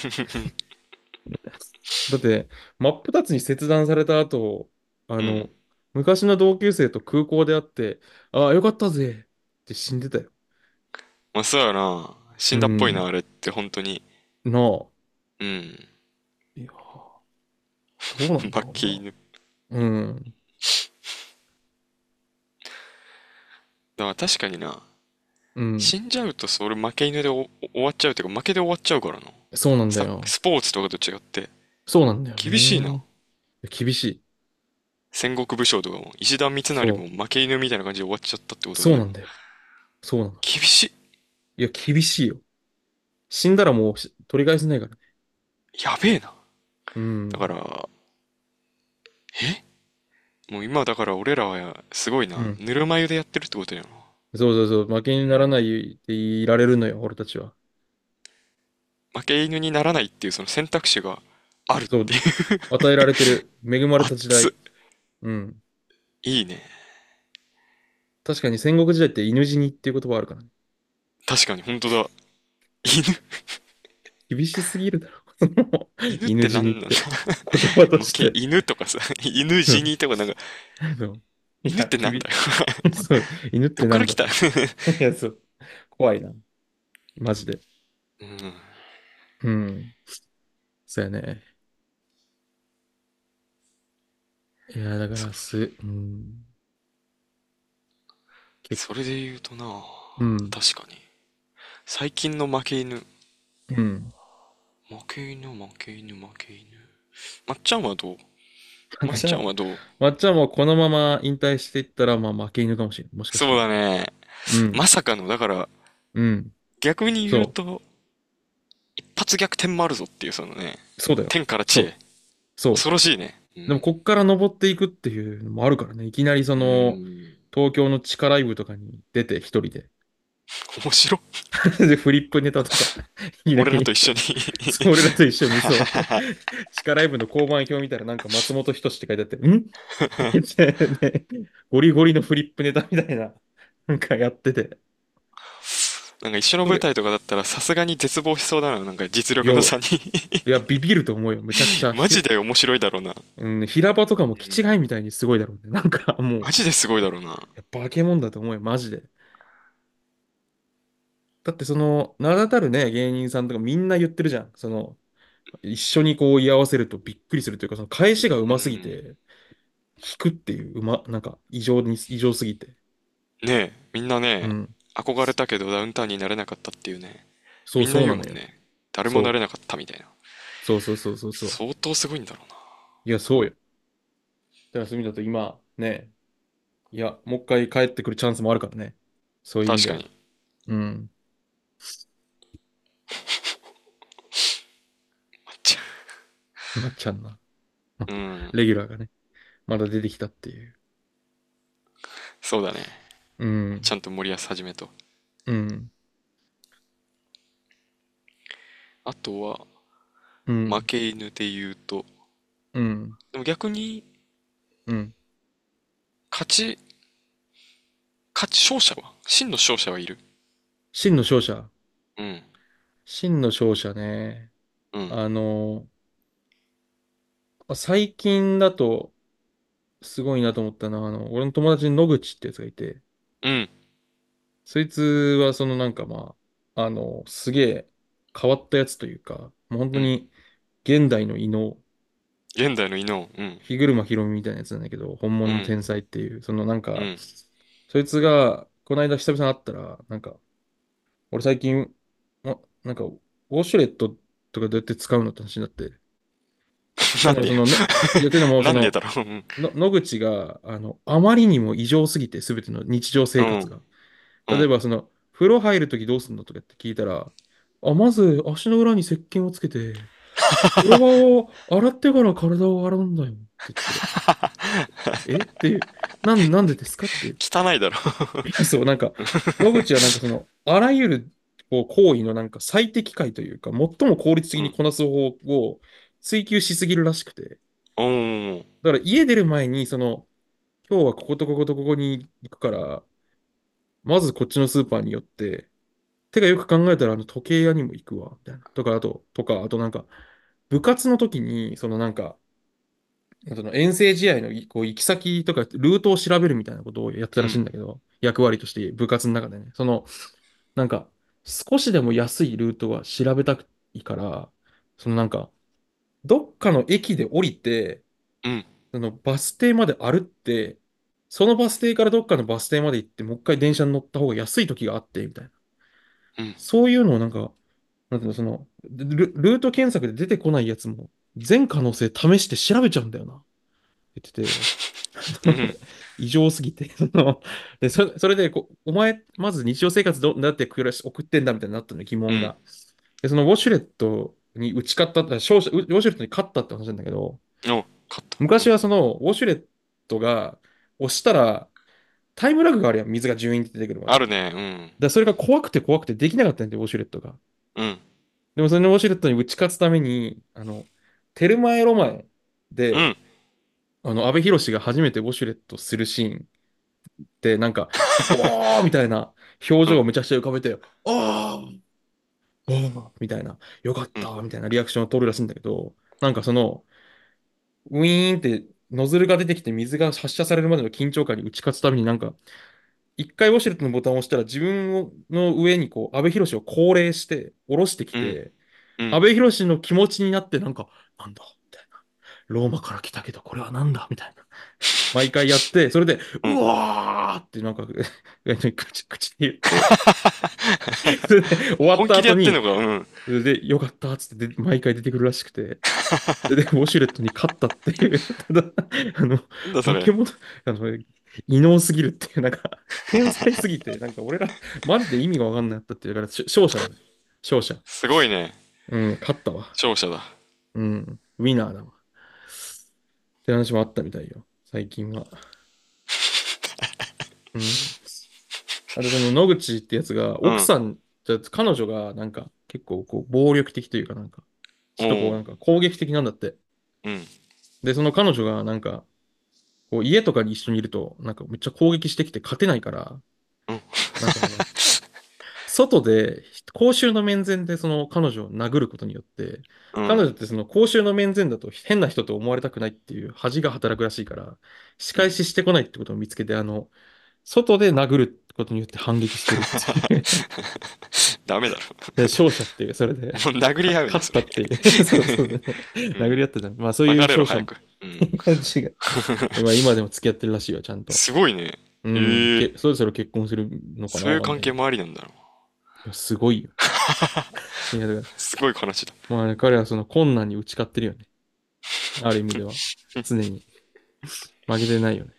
だって、真っ二つに切断された後、あうん。 の、昔の同級生と空港で会って、ああ、よかったぜって死んでたよ。 まあそうやな。死うんだっぽいな、 ん。 あれって本当に。 なあ。 うん。 いやー、どうなんだろ負け犬。 うな。うん。 だから確かにな。 うん。 死んじゃうとそれ負け犬でお終わっちゃうっていうか負けで終わっちゃうからな。 そうなんださ、 よ。 スポーツとかと違って。 そうなんだよ厳しいな。 ね。厳しい。 戦国武将とかも石田三成もそう。 負け犬みたいな感じで終わっちゃったってことになる。 そうなんだよ。そうなの。 厳しい。 いや、厳しいよ。死んだらもうし取り返せないからね。 やべえな。 うん。 だから、えもう今だから俺らはすごいな。 うん。 ぬるま湯でやってるってことやな。 そうそうそう。負けにならないでいられるのよ、俺たちは。 負け犬にならないっていうその選択肢があるっそう。 ていう。 与えられてる。恵まれた時熱っ。 代。うん。 いいね。 確かに戦国時代って犬死にっていう言葉あるからね。 確かに本当だ。犬、 厳しすぎるだろ。その犬っ犬て何なんだ。 死にって。言葉と負けして。 犬とかさ、犬死うんにとかなんか、 そうい犬っや、 てなんだよ。 厳そう。犬っどっから来た。 てなんだと。いや、そう。怖いな。マジで。 うん。 うん。そうやね。いや、だからそ、 す、うん。結それで言うとな、 うん。 確かに。最近の負け犬。 うん。 負け犬、負け犬、負け犬。まっちゃんはどう？まっまっちゃん、 ちゃんはどう？ まっちゃんもこのまま引退していったら、まあ負け犬かもしれん。もしかしそうたら。 だね。 うん。 まさかの、だから、 うん。 逆に言うそと、一発逆転もあるぞっていう、そのね、 う。そうだよ。 天から地へ。 そう。そ恐ろしいね。うう。でも、 ん。 こっから登っていくっていうのもあるからね。いきなりそうの、 ん。 東京の地下ライブとかに出て一人で。 面白。 で、フリップネタとか、いきなり、 俺らと一緒に。 そう、俺らと一緒にそう、地下ライブの交番表見たらなんか松本人志って書いてあって、んねゴリゴリのフリップネタみたいな、なんかやってて。 なんか一緒のそれ、 舞台とかだったらさすがに絶望しそうだな。なんか実いや、 力の差に。 いや、ビビると思うよ。むちゃくちゃマひ、 ジで面白いだろうな。 うん、平場とかも気うん。 違いみたいにすごいだろうね。なんかもう、 マジですごいだろうな。 やっぱ化け物だと思うよ、マジで。だってその、名だたるね、芸人さんとかみんな言ってるじゃん。その、一緒にこう居合わせるとびっくりするというか、その返しがう上手すぎん。 て、引くっていう、うま、なんか異常に、異常すぎて。 ねえ、みんなね、 うん。 憧れたけどダウンタウンになれなかったっていうね。 そうみんなそうなのよ。 言うもんね。誰もなそう。 れなかったみたいな。 そうそうそうそうそう。 相当すごいんだろうな。 いや、そうよ。だからそういう意味だと今、ね、いや、もう一回帰ってくるチャンスもあるからね。そういう意味では。 確かに。 うん。 ちまっちゃんな。 うん。 レギュラーがね、まだ出てきたっていう。 そうだね。 うん。 ちゃんと森保はじめと。 うん。 あとは、 うん。 負け犬で言うと、 うん。 でも逆に、 うん。 勝ち、勝ち、勝者は真の勝者はいる。 真の勝者。 うん。 真の勝者ね。 うん。 あの、最近だと、すごいなと思ったのは、あの、俺の友達に野口ってやつがいて、 うん。 そいつはそのなんかまあ、あの、すげえ変わったやつというか、もう本うん。 当に現代の異能、 現代の異能。うん。 日車ひろみみたいなやつなんだけど、本うん。 物の天才っていう、そのなんか、 うん。 そいつが、この間久々に会ったら、なんか、俺最近、あ、なんか、ウォシュレットとかどうやって使うのって話になって、 なんでよ。 なんかその、の、いや、というのも、その、 なんでだろう。うん。 の野口が、あの、あまりにも異常すぎて、すべての日常うん。 生活が。 うん。 例えば、その、風呂入るときどうすんのとかって聞いたら、あ、まず足の裏に石鹸をつけて、風呂場を洗ってから体を洗うんだよって言ってて、えっていう、なん、なんでですかって。 汚いだろ。 いや、そう、なんか、野口はなんかその、あらゆるこう行為のなんか最適解というか、最も効率うん。 的にこなす方法を追求しすぎるらしくて、 おー。 だから家出る前に、その、今日はこことこことここに行くから、まずこっちのスーパーに寄って、てかよく考えたらあの時計屋にも行くわ、みたいな。とか、あと、とか、あとなんか、部活の時に、そのなんか、その遠征試合のいこう行き先とかルートを調べるみたいなことをやってたらしいうん。 んだけど、役割として部活の中でね、その、なんか、少しでも安いルートは調べたいから、そのなんか、どっかの駅で降りて、 うん。 そのバス停まで歩って、そのバス停からどっかのバス停まで行って、もう一回電車に乗った方が安い時があって、みたいな。 うん。 そういうのをなんか、なんていうの、その、ル、ルート検索で出てこないやつも、全可能性試して調べちゃうんだよな。言ってて、 うん。 異常すぎて、そので、そ、それでこう、お前、まず日常生活どうやって暮らし、送ってんだみたいになったの、疑うん。 問が。で、そのウォシュレットに打ち勝った、あ勝者、ウウォシュレットに勝ったって話なんだけど、 お、勝った。 昔はそのウォシュレットが押したらタイムラグがあるやん、水が順位って出てくるまで。だかあるね。 らそれが怖くて怖くてできなかったんだよ、ウォシュレットが。 うん。うん。 でもそのウォシュレットに打ち勝つために、あの、テルマエロマエで、 うん。 あの、阿部寛が初めてウォシュレットするシーンって、なんか、おーみたいな表うん。 情をめちゃくちゃ浮かべて、おーおーみたいな、よかっうん。 たみたいなリアクションを取るらしいんだけど、なんかその、ウィーンってノズルが出てきて水が発射されるまでの緊張感に打ち勝つためになんか、一回ウォシュレットのボタンを押したら自分の上にこう、阿部寛を降霊して下ろしてきうん。 て、 うん。 阿部寛の気持ちになってなんか、なんだみたいな。ローマから来たけどこれはなんだみたいな。毎回やって、それで、ううん。 わーってなんか口、口で言って、それで終わっ本気でやた後に、 ってんのか。うん。 それで、よかったっつってで毎回出てくるらしくて、で、でウォシュレットに勝ったっていう、ただ、あの、 なんだそれ。 化け物、あの、異能すぎるっていう、なんか、天才すぎて、なんか俺ら、マジで意味がわかんなかったっていうから、し勝者だね。勝者。 すごいね。 うん、勝ったわ。 勝者だ。 うん、ウィナーだわ。って話もあったみたいよ、最近は。うん。あと、その野口ってやつが、 うん。 奥さん、じゃ彼女が、なんか、結構、こう、暴力的というかなんか、ちょっとこう、 おう。 なんか、攻撃的なんだって。 うん。 で、その彼女が、なんか、こう、家とかに一緒にいると、なんか、めっちゃ攻撃してきて勝てないから、 うん。 なんかその、外で、公衆の面前でその彼女を殴ることによって、 うん。 彼女ってその公衆の面前だと変な人と思われたくないっていう恥が働くらしいから、仕うん。 返ししてこないってことを見つけて、あの、外で殴ることによって反撃してるっていう。 ダメだで勝者っていう、それで、 ろ。もう殴りか合うね、それ。 勝ったっていう。そうそうね。 うん。 殴り合ってた。まあそういう別れろ、 勝者も、 早く。うん。 感じが。まあ今でも付き合ってるらしいよ、ちゃんと。 すごいね。 うん、 ええ、 け、そろそろ結婚するのかなそういう関係わかんないけど。 もありなんだな。 いや、すごいよ。いや、だから、 すごい話だ。 まあね、彼はその困難に打ち勝ってるよね。ある意味では。常に。負けてないよね。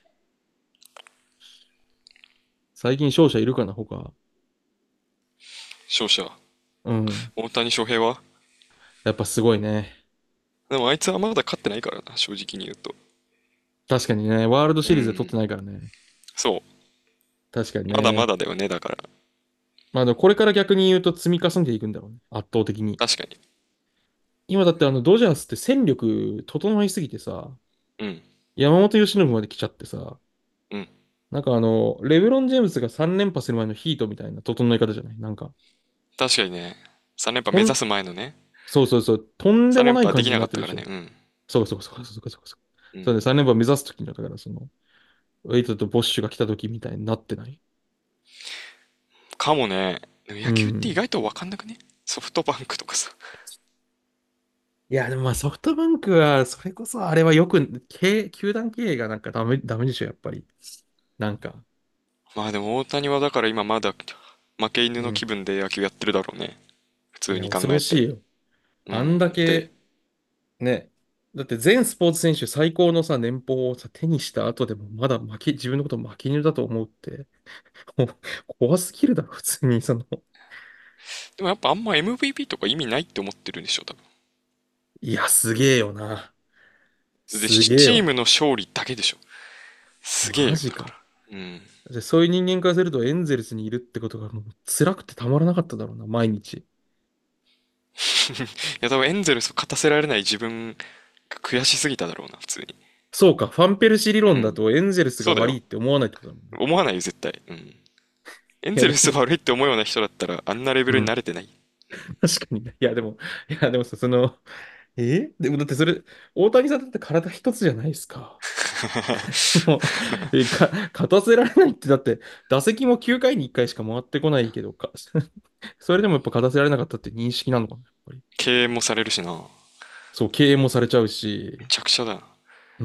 最近勝者いるかな他。 勝者。 うん。 大谷翔平は？ やっぱすごいね。 でもあいつはまだ勝ってないからな、正直に言うと。 確かにね、ワールドシリーズで取ってうん。 ないからね。 そう。 確かにまだまね。 だだよね、だから。 まあでもこれから逆に言うと積み重ねていくんだろうね。圧倒的に。 確かに。 今だってあのドジャースって戦力整いすぎてさ、 うん。 山本由伸まで来ちゃってさ、 うん。 なんかあの、レブロン・ジェームズがさん連覇する前のヒートみたいな整え方じゃないなんか、 確かにね。さん連覇とん、 目指す前のね。 そうそうそう、とんで 3 も連覇できない感じになかったからね。 なってるでしょ。 うん。 そうそうそうそうそうそうそう。 うん。 そうでさん連覇目指すときには、だからその、ウェイトとボッシュが来たときみたいになってない？ かもね。でも野球って意うん。 外とわかんなくね？ソフトバンクとかさ。 いや、でもまあソフトバンクは、それこそあれはよく、経営球団経営がなんかダメ、ダメでしょ、やっぱり。なんか。 まあでも大谷はだから今まだ負け犬うん。 の気分で野球やってるだろうね。普通いや、 に考恐ろえて。 しいよ。あんうん。 だで、 け、ね。だって全スポーツ選手最高のさ、年俸をさ、手にした後でもまだ負け、自分のことを負け犬だと思うって、もう怖すぎるだろ、普通に、その。 でもやっぱあんま エムブイピー とか意味ないって思ってるんでしょ、多いや、すげえよな。 分。で、 すチげえわ。 チームの勝利だけでしょ。すげえよ、だから。 マジか。 うん。 でそういう人間からするとエンゼルスにいるってことがもう辛くてたまらなかっただろうな、毎日。 いや、多分エンゼルスを勝たせられない自分が悔しすぎただろうな、普通に。 そうか、ファンペルシ理うん。 論だとエンゼルスがそうだよ。 悪いって思わないってことだもんね。 思わないよ、絶対。うん。エンいや、 ゼルでも、 ス悪いって思うような人だったら、あんなレベルに慣うん。 れてない。 確かにね。いや、でも、いや、でもさ、その、えでもだってそれ、大谷さんだって体一つじゃないですか。もう、え、か、勝たせられないって、だって、打席もきゅうかいにいっかいしか回ってこないけどか。それでもやっぱ勝たせられなかったって認識なのかな、やっぱり。 敬遠もされるしな。めそう、敬遠もされちゃうし、 ちゃくちゃだな。 うん。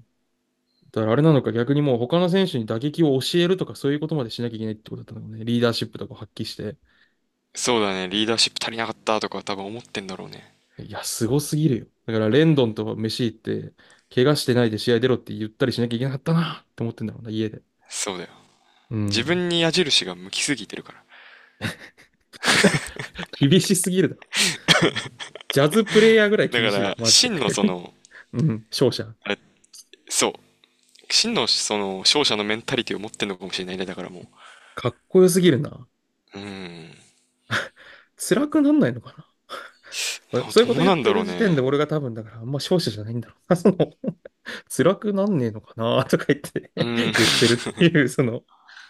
だからあれなのか、逆にもう他の選手に打撃を教えるとかそういうことまでしなきゃいけないってことだったのね。リーダーシップとかを発揮して。 そうだね、リーダーシップ足りなかったとか多分思ってんだろうね。 いや、すごすぎるよ。だからレンドンと飯行って、怪我してないで試合出ろって言ったりしなきゃいけなかったなって思ってんだろうな、家で。 そうだよ。 うん。 自分に矢印が向きすぎてるから。 厳しすぎるだろ。ジャズプレイヤーぐらい厳しいだろ、 だから、 マジで。 真のその、 うん、勝者。 あれ、そう。真のその勝者のメンタリティを持ってんのかもしれないね。だからもかっこよすぎるな。 う。うーん。 辛くなんないのかな。そういうこと言っどうなんだてる時点でろうね。 俺が多分だからあんま勝者じゃないんだろうな。その、辛くなんねえのかなとか言ってうーん。 言ってるっていう、その、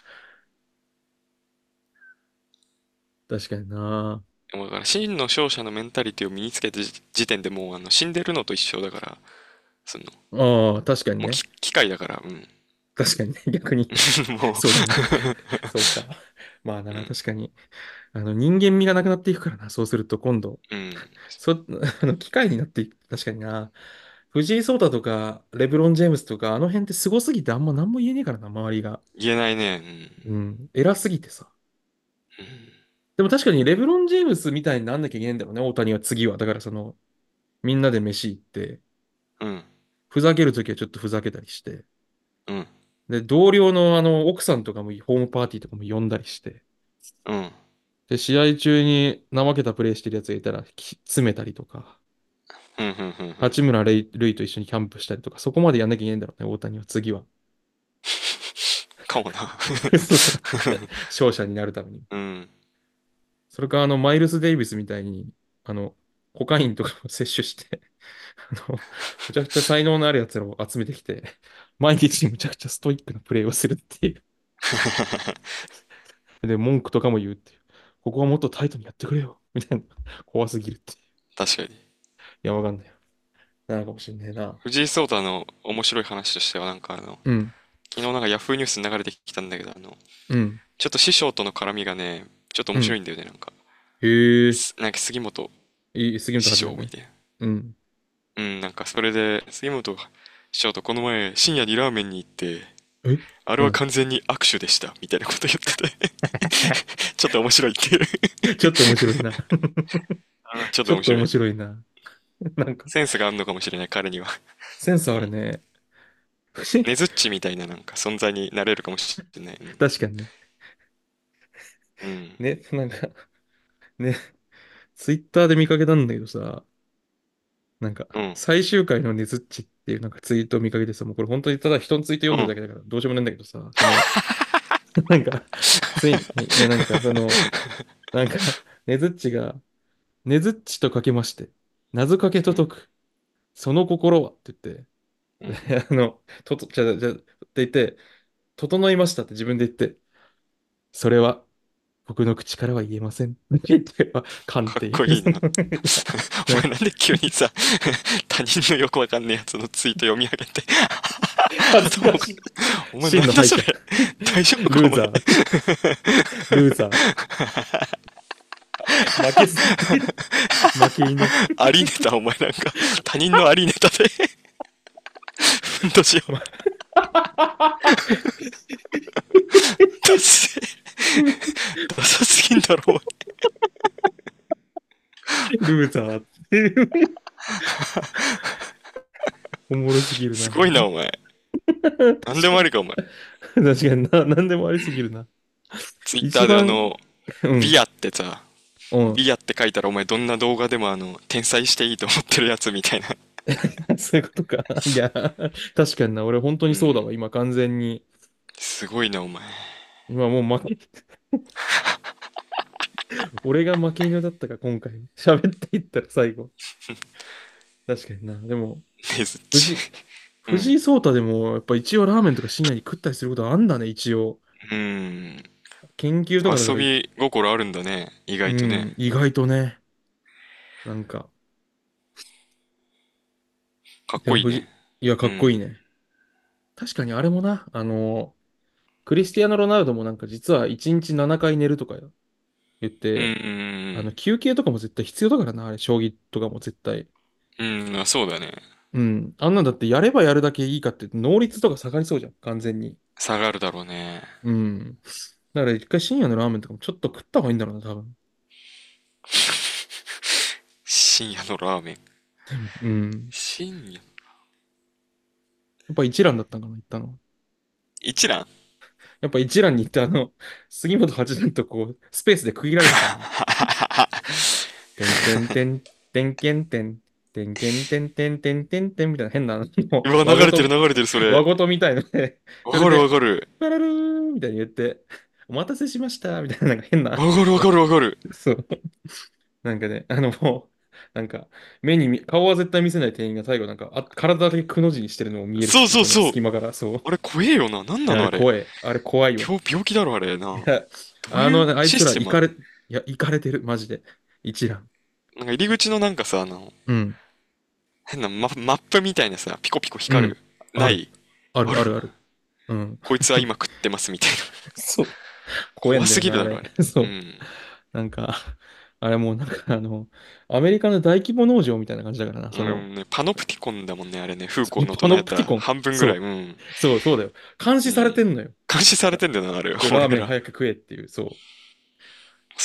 確かにな。 でもだから真の勝者のメンタリティを身につけた時時点でもうあの死んでるのと一緒だから、その、 ああ、確かにね。 もうき機械だから、うん。 確かにね。逆にもう、 そうだね。そうか。まあな、 うん。 確かに。あの、人間味がなくなっていくからな。そうすると今度、 うん。 そ、あの、機械になっていく。確かにな。藤井聡太とか、レブロン・ジェームスとか、あの辺ってすごすぎてあんま何も言えねえからな、周りが。 言えないね。 うん。偉すぎてさ。 うん。 でも確かにレブロン・ジェームスみたいになんなきゃいけないんだろうね、大谷は次は。だからその、みんなで飯行って、 うん。 ふざけるときはちょっとふざけたりして、 うん。 で、同僚のあの、奥さんとかもホームパーティーとかも呼んだりして、 うん。 で、試合中に怠けたプレイしてるやつがいたら、き詰めたりとか、 うん。うん。うん。うん。 八村塁、塁と一緒にキャンプしたりとか、そこまでやんなきゃいけないんだろうね、大谷は次は。 かもな。 そうそう勝者になるために。 うん。 それか、あの、マイルス・デイビスみたいに、あの、コカインとかを摂取して、あの、むちゃくちゃ才能のある奴らを集めてきて、毎日むちゃくちゃストイックなプレーをするっていう。で、文句とかも言うっていう。ここはもっとタイトにやってくれよ。みたいな。怖すぎるっていう。 確かに。 いや、わかんないよ。なのかもしんねえな。 藤井聡太の面白い話としては、なんかあの、 うん。 昨日なんかヤフーニュースに流れてきたんだけど、あの、 うん。 ちょっと師匠との絡みがね、ちょっとうん。 面白いんだよね、なんか。 へえ。 すなんか杉本いい、杉本師はじめね。 匠みたいな。 うん。 うん、なんかそれで、杉本師匠とこの前深夜にラーメンに行って、 えあれうん。 は完全に握手でした。みたいなこと言っててちょっと面白いっていうちょっと面白いな。 あーちょっちょっと面と面白い。 白いな。なんか、 センスがあるのかもしれない、彼には。 センスうん。 あるね。不思議ねずっちみたいななんか存在になれるかもしれない。うん。 確かにね。 うん。 ね、なんか、ね、ツイッターで見かけたんだけどさ、なんか、 うん。 最終回のねずっちっていうなんかツイートを見かけてさ、もうこれ本当にただ人のツイート読んうん。 でるだけだからどうしようもないんだけどさ、その、なんか、ついに、いやなんかその、なんか、ねずっちが、ねずっちとかけまして、謎かけうん。 と解く、その心はって言って、 うん。 であの、とと、じゃあ、じゃあ、って言って、整いましたって自分で言って、それは僕の口からは言えません。って言って、あ勘っかっていう。 こいいな。おなんか前なんで急にさ、他人のよくわかんねえやつのツイート読み上げて恥ずかしい。 お前なんだそれ。 真の敗者。 大丈夫かお前。 ルーザー。ルーザー。負けず嫌いだ。負け犬。 ありネタ、お前なんか、他人のありネタでふんどしをま、 出せ。ダサすぎんだろ、お前。 ルーザーっていう。おもろすぎるな。 すごいな、お前。 確なんでもかに。 ありか、お前。 確かにな。なんでもありすぎるな。 ツイッターであ一番、 の、 うん、 ビアってさ、 うん。 ビアって書いたらお前どんな動画でもあの、転載していいと思ってるやつみたいな。 そういうことか。いや、確かにな。俺本当うん。 にそうだわ。今完全に。 すごいな、お前。 今もう負け、俺が負け犬だったか、今回。喋っていったら最後。確かにな。でも、 ねずっち。 藤、 うん。 藤井聡太でも、やっぱ一応ラーメンとか深夜に食ったりすることあんだね、一応。 うん。 研究とかだから、 遊び心あるんだね。意外とね。 うん、意外とね。なんか、 かっこいいね。 でも藤、いや、かっこいいうん。 ね。確かにあれもな、あの、クリスティアーノ・ロナウドもなんか実はいちにちななかい寝るとか言っうん。うて、あの、 ん。 休憩とかも絶対必要だからな、あれ、将棋とかも絶対。 うん。うんあそうだね。 うん。あんなんだってやればやるだけいいかって能率とか下がりそうじゃん、完全に。 下がるだろうね。 うん。だから一回深夜のラーメンとかもちょっと食った方がいいんだろうな、多分。 深夜のラーメン。 うん。 深夜。 やっぱ一蘭だったんかな、行ったの。 一蘭やっぱ一蘭に行ってあの、杉本八段とこう、スペースで区切られてたもん。てんてんてん、てんけんてん、てんけんてんてんてんてんてんみたいな変な、あの、 うわ、流れてる和事、 流れてる、それ。 和事みたいので、 わかるわそれで、 かる。 パラルーみたいに言って、お待たせしましたみたいな、なんか変な、 わかるわかるわかる。 そう。なんかね、あの、もう、なんか、目に見、顔は絶対見せない店員が最後、なんか、あ、体だけくの字にしてるのも見えるそうし、そのそうそう。 隙間から、そう。 あれ怖えよな。なんいや、あなのあれ。 れ怖い。あれ怖いわ。 病、病気だろ、あれな。 いや、 どういうあのね、あいつシステムあるらイかれ、いや、イかれてる、マジで。一覧。 なんか入り口のなんかさ、あの、 うん。 変なマ、マップみたいなさ、ピコピコ光る。 うん。ある。 ないある、ああるる、ある。うん。 こいつは今食ってますみたいな。 そう。怖えん怖だよな、 すぎるだろ、ああれ。 れ。 そう。 うん。 なんか、あれもうなんか、あの、アメリカの大規模農場みたいな感じだからな、その、 うんね、パノプティコンだもんね、あれね。フーコーのパ唱えたノプティコン。 半分ぐらい。 そう。 うん。 そう、そうだよ。監視されうん。 てんのよ。 監視されてんだよな、あれ。 そう、ラーメン俺ら。 早く食えっていう、そう。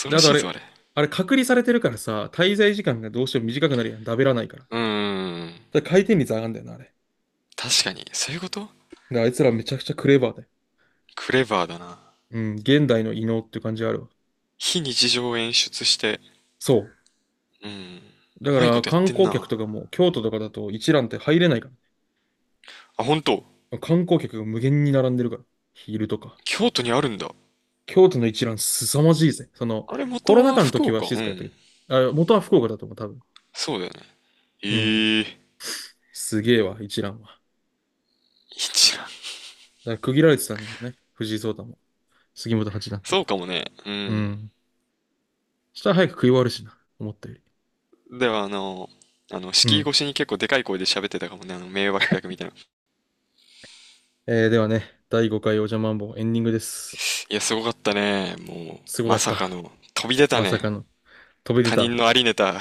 で、あとあれ、 恐ろしいぞ、あれ。 あれ隔離されてるからさ、滞在時間がどうしても短くなるやん。食べらないから。 うーん。 だから回転率上がんだよな、あれ。 確かに。そういうことで、あいつらめちゃくちゃクレバーで。 クレバーだな。 うん、現代の異能っていう感じあるわ。 非日常を演出して、 そうん。 う。だからうまいことやっ観光客てんな。 とかも京都とかだと一蘭って入れないかあ、本当ら。観光客が無限に並んでるから。昼とか。 京都にあるんだ。 京都の一蘭凄まじいぜ。その、 あれ元コロナは禍の時は福岡うん。 静かやったけど。あ、元は福岡だと思う、多分。 そうだよね。 うん。 ええすげえわ、一蘭は。 一覧。 だから区切られてたんだよね。藤井聡太も。杉本八段と。 そうかもね。うん。 うん。したら早く食い終わるしな。思ったより。 では、あの、あの、 うん。 敷居越しに結構でかい声で喋ってたかもね。あの、迷惑客みたいな。 えー、ではね、だいごかいお邪魔んぼエンディングです。 いや、すごかったね。もう、ますごかった。 さかの、飛び出たね。 まさかの。飛び出た。 他人のありネタ、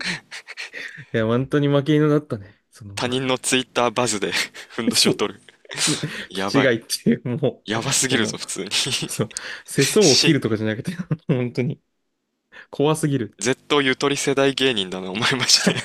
いや、本当に負け犬だったね。その、 他人のツイッターバズでふんどしそう。 を取る。 やばい。 気違いっていう、もやばすう、 ぎるぞ、 も普通に。 う、そう、世相を切し、 るとかじゃなくて、本当に、怖すぎる。 絶対ゆとり世代芸人だな、お前マジで。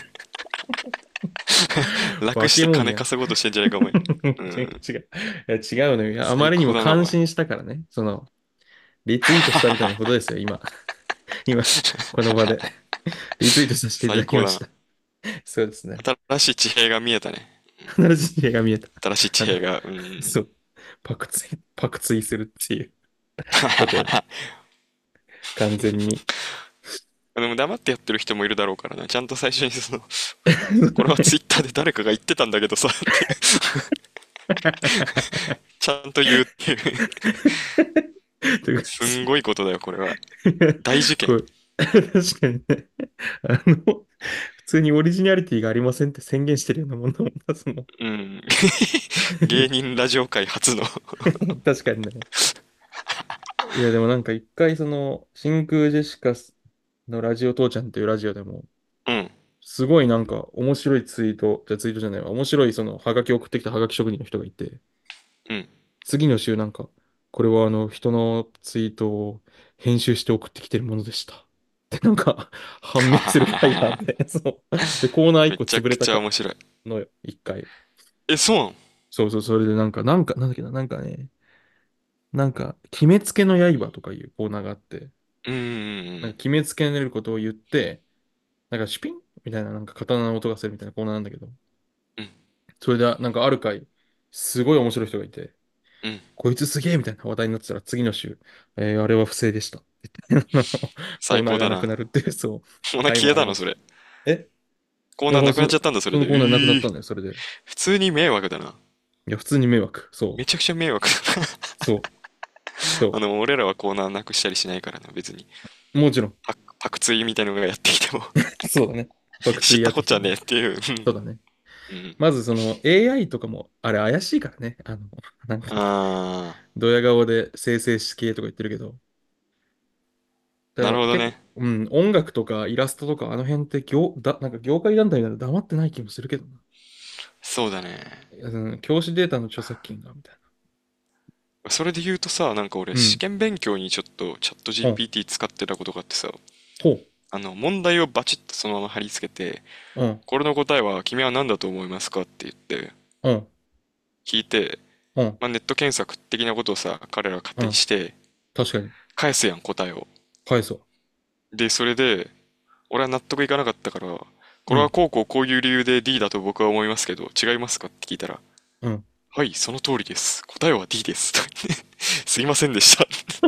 楽化してけ物やん。 金稼ごうとしてんじゃないか、お前。う違う、 ん。 違う。いや、違うのよ。いや、あま最りにも高だな、お前。 感心したからね。その、リツイートしたみたいなことですよ、今。今、この場で。リツイートさせていた最高だな。 だきました。そうですね。 新しい地平が見えたね。 新しい例が見えた。 新しい地あの、 平が、うん。 そう。パクツイ、パクツイするっていうことよね。完全に。 でも黙ってやってる人もいるだろうからな。ちゃんと最初にその、これはツイッターで誰かが言ってたんだけどさ、ってちゃんと言うっていう。 という感すんじ。 ごいことだよ、これは。大事件。 こう、確かにね。あの、普通にオリジナリティがありませんって宣言してるようなもんだもんな、その。 うん。芸人ラジオ界初の。 確かにね。いや、でもなんか一回その、真空ジェシカのラジオ父ちゃんっていうラジオでも、 うん。 すごいなんか面白いツイート、じゃツイートじゃないわ、面白いその、ハガキ送ってきたハガキ職人の人がいて、 うん。 次の週なんか、これはあの、人のツイートを編集して送ってきてるものでした。ってなんか、判明する回があって、そう。で、コーナー一個めちゃく潰れたかちゃ面白い。 のよ、一回。 え、そうなの？ そうそう、それでなんか、なんか、なんだっけな、なんかね、なんか、決めつけの刃とかいうコーナーがあって、 うんうんなんか決めつけることを言って、なんかシュピンみたいな、なんか刀の音がするみたいなコーナーなんだけど、 うんそれで、なんかある回、すごい面白い人がいて、 うんうん。 こいつすげえみたいな話題になってたら、次の週、えーあれは不正でした。って言ってコーナーがなく最高だな。 なるっていう、そう、 コーナー回消えたの、 もありました。 それ？ えコーナーなくなっだからそ、 ちゃったんだ、それで。 そのコーナーなくなっういたんだよ、それで。 普通に迷惑だな。 いや、普通に迷惑。そう。 めちゃくちゃ迷惑だな。 そう。そあの、俺らはコーナーなくしたりしないからな、別に。 う。もちろん。 パク、パクツイみたいなのがやってきてもそうだね。爆知っ睡やたこっちゃねえってきても。 っていう。 そうだね。 うん。うん。 まずその エーアイ とかも、あれ怪しいからね。あの、なんか、 あドヤ顔で生成式系とか言ってるけど。 ー、なだから結構、 るほどね。 うん、音楽とかイラストとかあの辺って業、だ、なんか業界団体なら黙ってない気もするけどな。 そうだね。 うん、教師データの著作権が、みたいそれで言うとさ、なんか俺な。うん。 試験勉強にちょっとチャットほう。 ジーピーティー 使ってたことがあってさ、 ほう。 あの、問題をバチッとそのまま貼り付けて、 うん。 これの答えは君は何だと思いますかって言ってうん。 聞いて、 うん。 まあ、ネット検索的なことをさ、彼らが勝手にうん。 して、 確かに。 返すやん、答えを。 返そで、それで、俺は納得いかなかったから、 う。うん。 これはこうこうこういう理由で ディー だと僕は思いますけど、違いますかって聞いたら、 うん。 はい、その通りです。答えは ディー です。と言って、すいませんでした。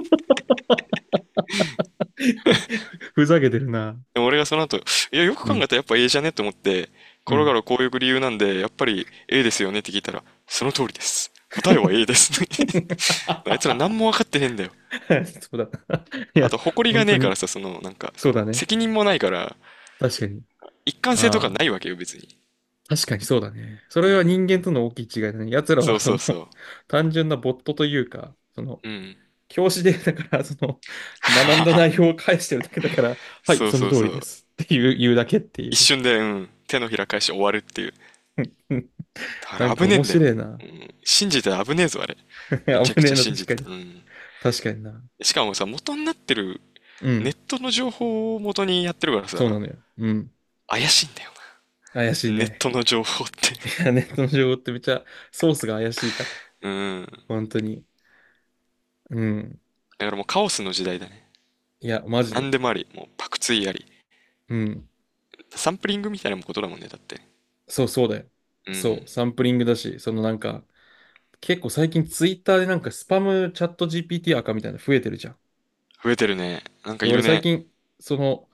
ふざけてるな。 でも俺がその後、いや、よくうん。 考えたらやっぱ A じゃねって思って、これかうん。 らこういう理由なんで、やっぱり A ですよねって聞いたら、その通りです。答えは A です。あいつら何も分かってねえんだよ。 そうだな。いや、 あと、誇りが本当に、 ねえからさ、その、なんか、 そうだね。 責任もないから、 確かに。 一貫性とかああ、 ないわけよ、別に。 確かにそうだね。それはうん。 人間との大きい違いだね。奴らそうはそのそうそ単純なボットというか、その、 う。うん。 教師で、だから、その、学んだ内容を返してるだけだから、はい、 そうそのそうそう。 通りです。っていう、言うだけっていう。 一瞬で、うん、手のひら返して終わるっていう。だからなんか面危ねえんだよ。 白いな。 うん。信じて危ねえぞ、あれ。めちゃくちゃ危ねえな、 信じてた。 確かに。 うん。 確かにな。 しかもさ、元になってる、 うん。 ネットの情報を元にやってるからさ、 そうなのよ。うん。 怪しいんだよ怪しいな。ネッね。 トの情報って。 いや、ネットの情報ってめっちゃソースが怪しいから。 うん。 本当に。うん。 だからもうカオスの時代だね。 いや、マジで。 何でもあり。もうパクツイあり。 うん。 サンプリングみたいなことだもんね、だって。 そうそうだよ。 うん。 そう。サンプリングだし、そのなんか、結構最近ツイッターでなんかスパムチャット ジーピーティー 赤みたいなの増えてるじゃん。 増えてるね。なんかで、 いるね。 俺最近、その、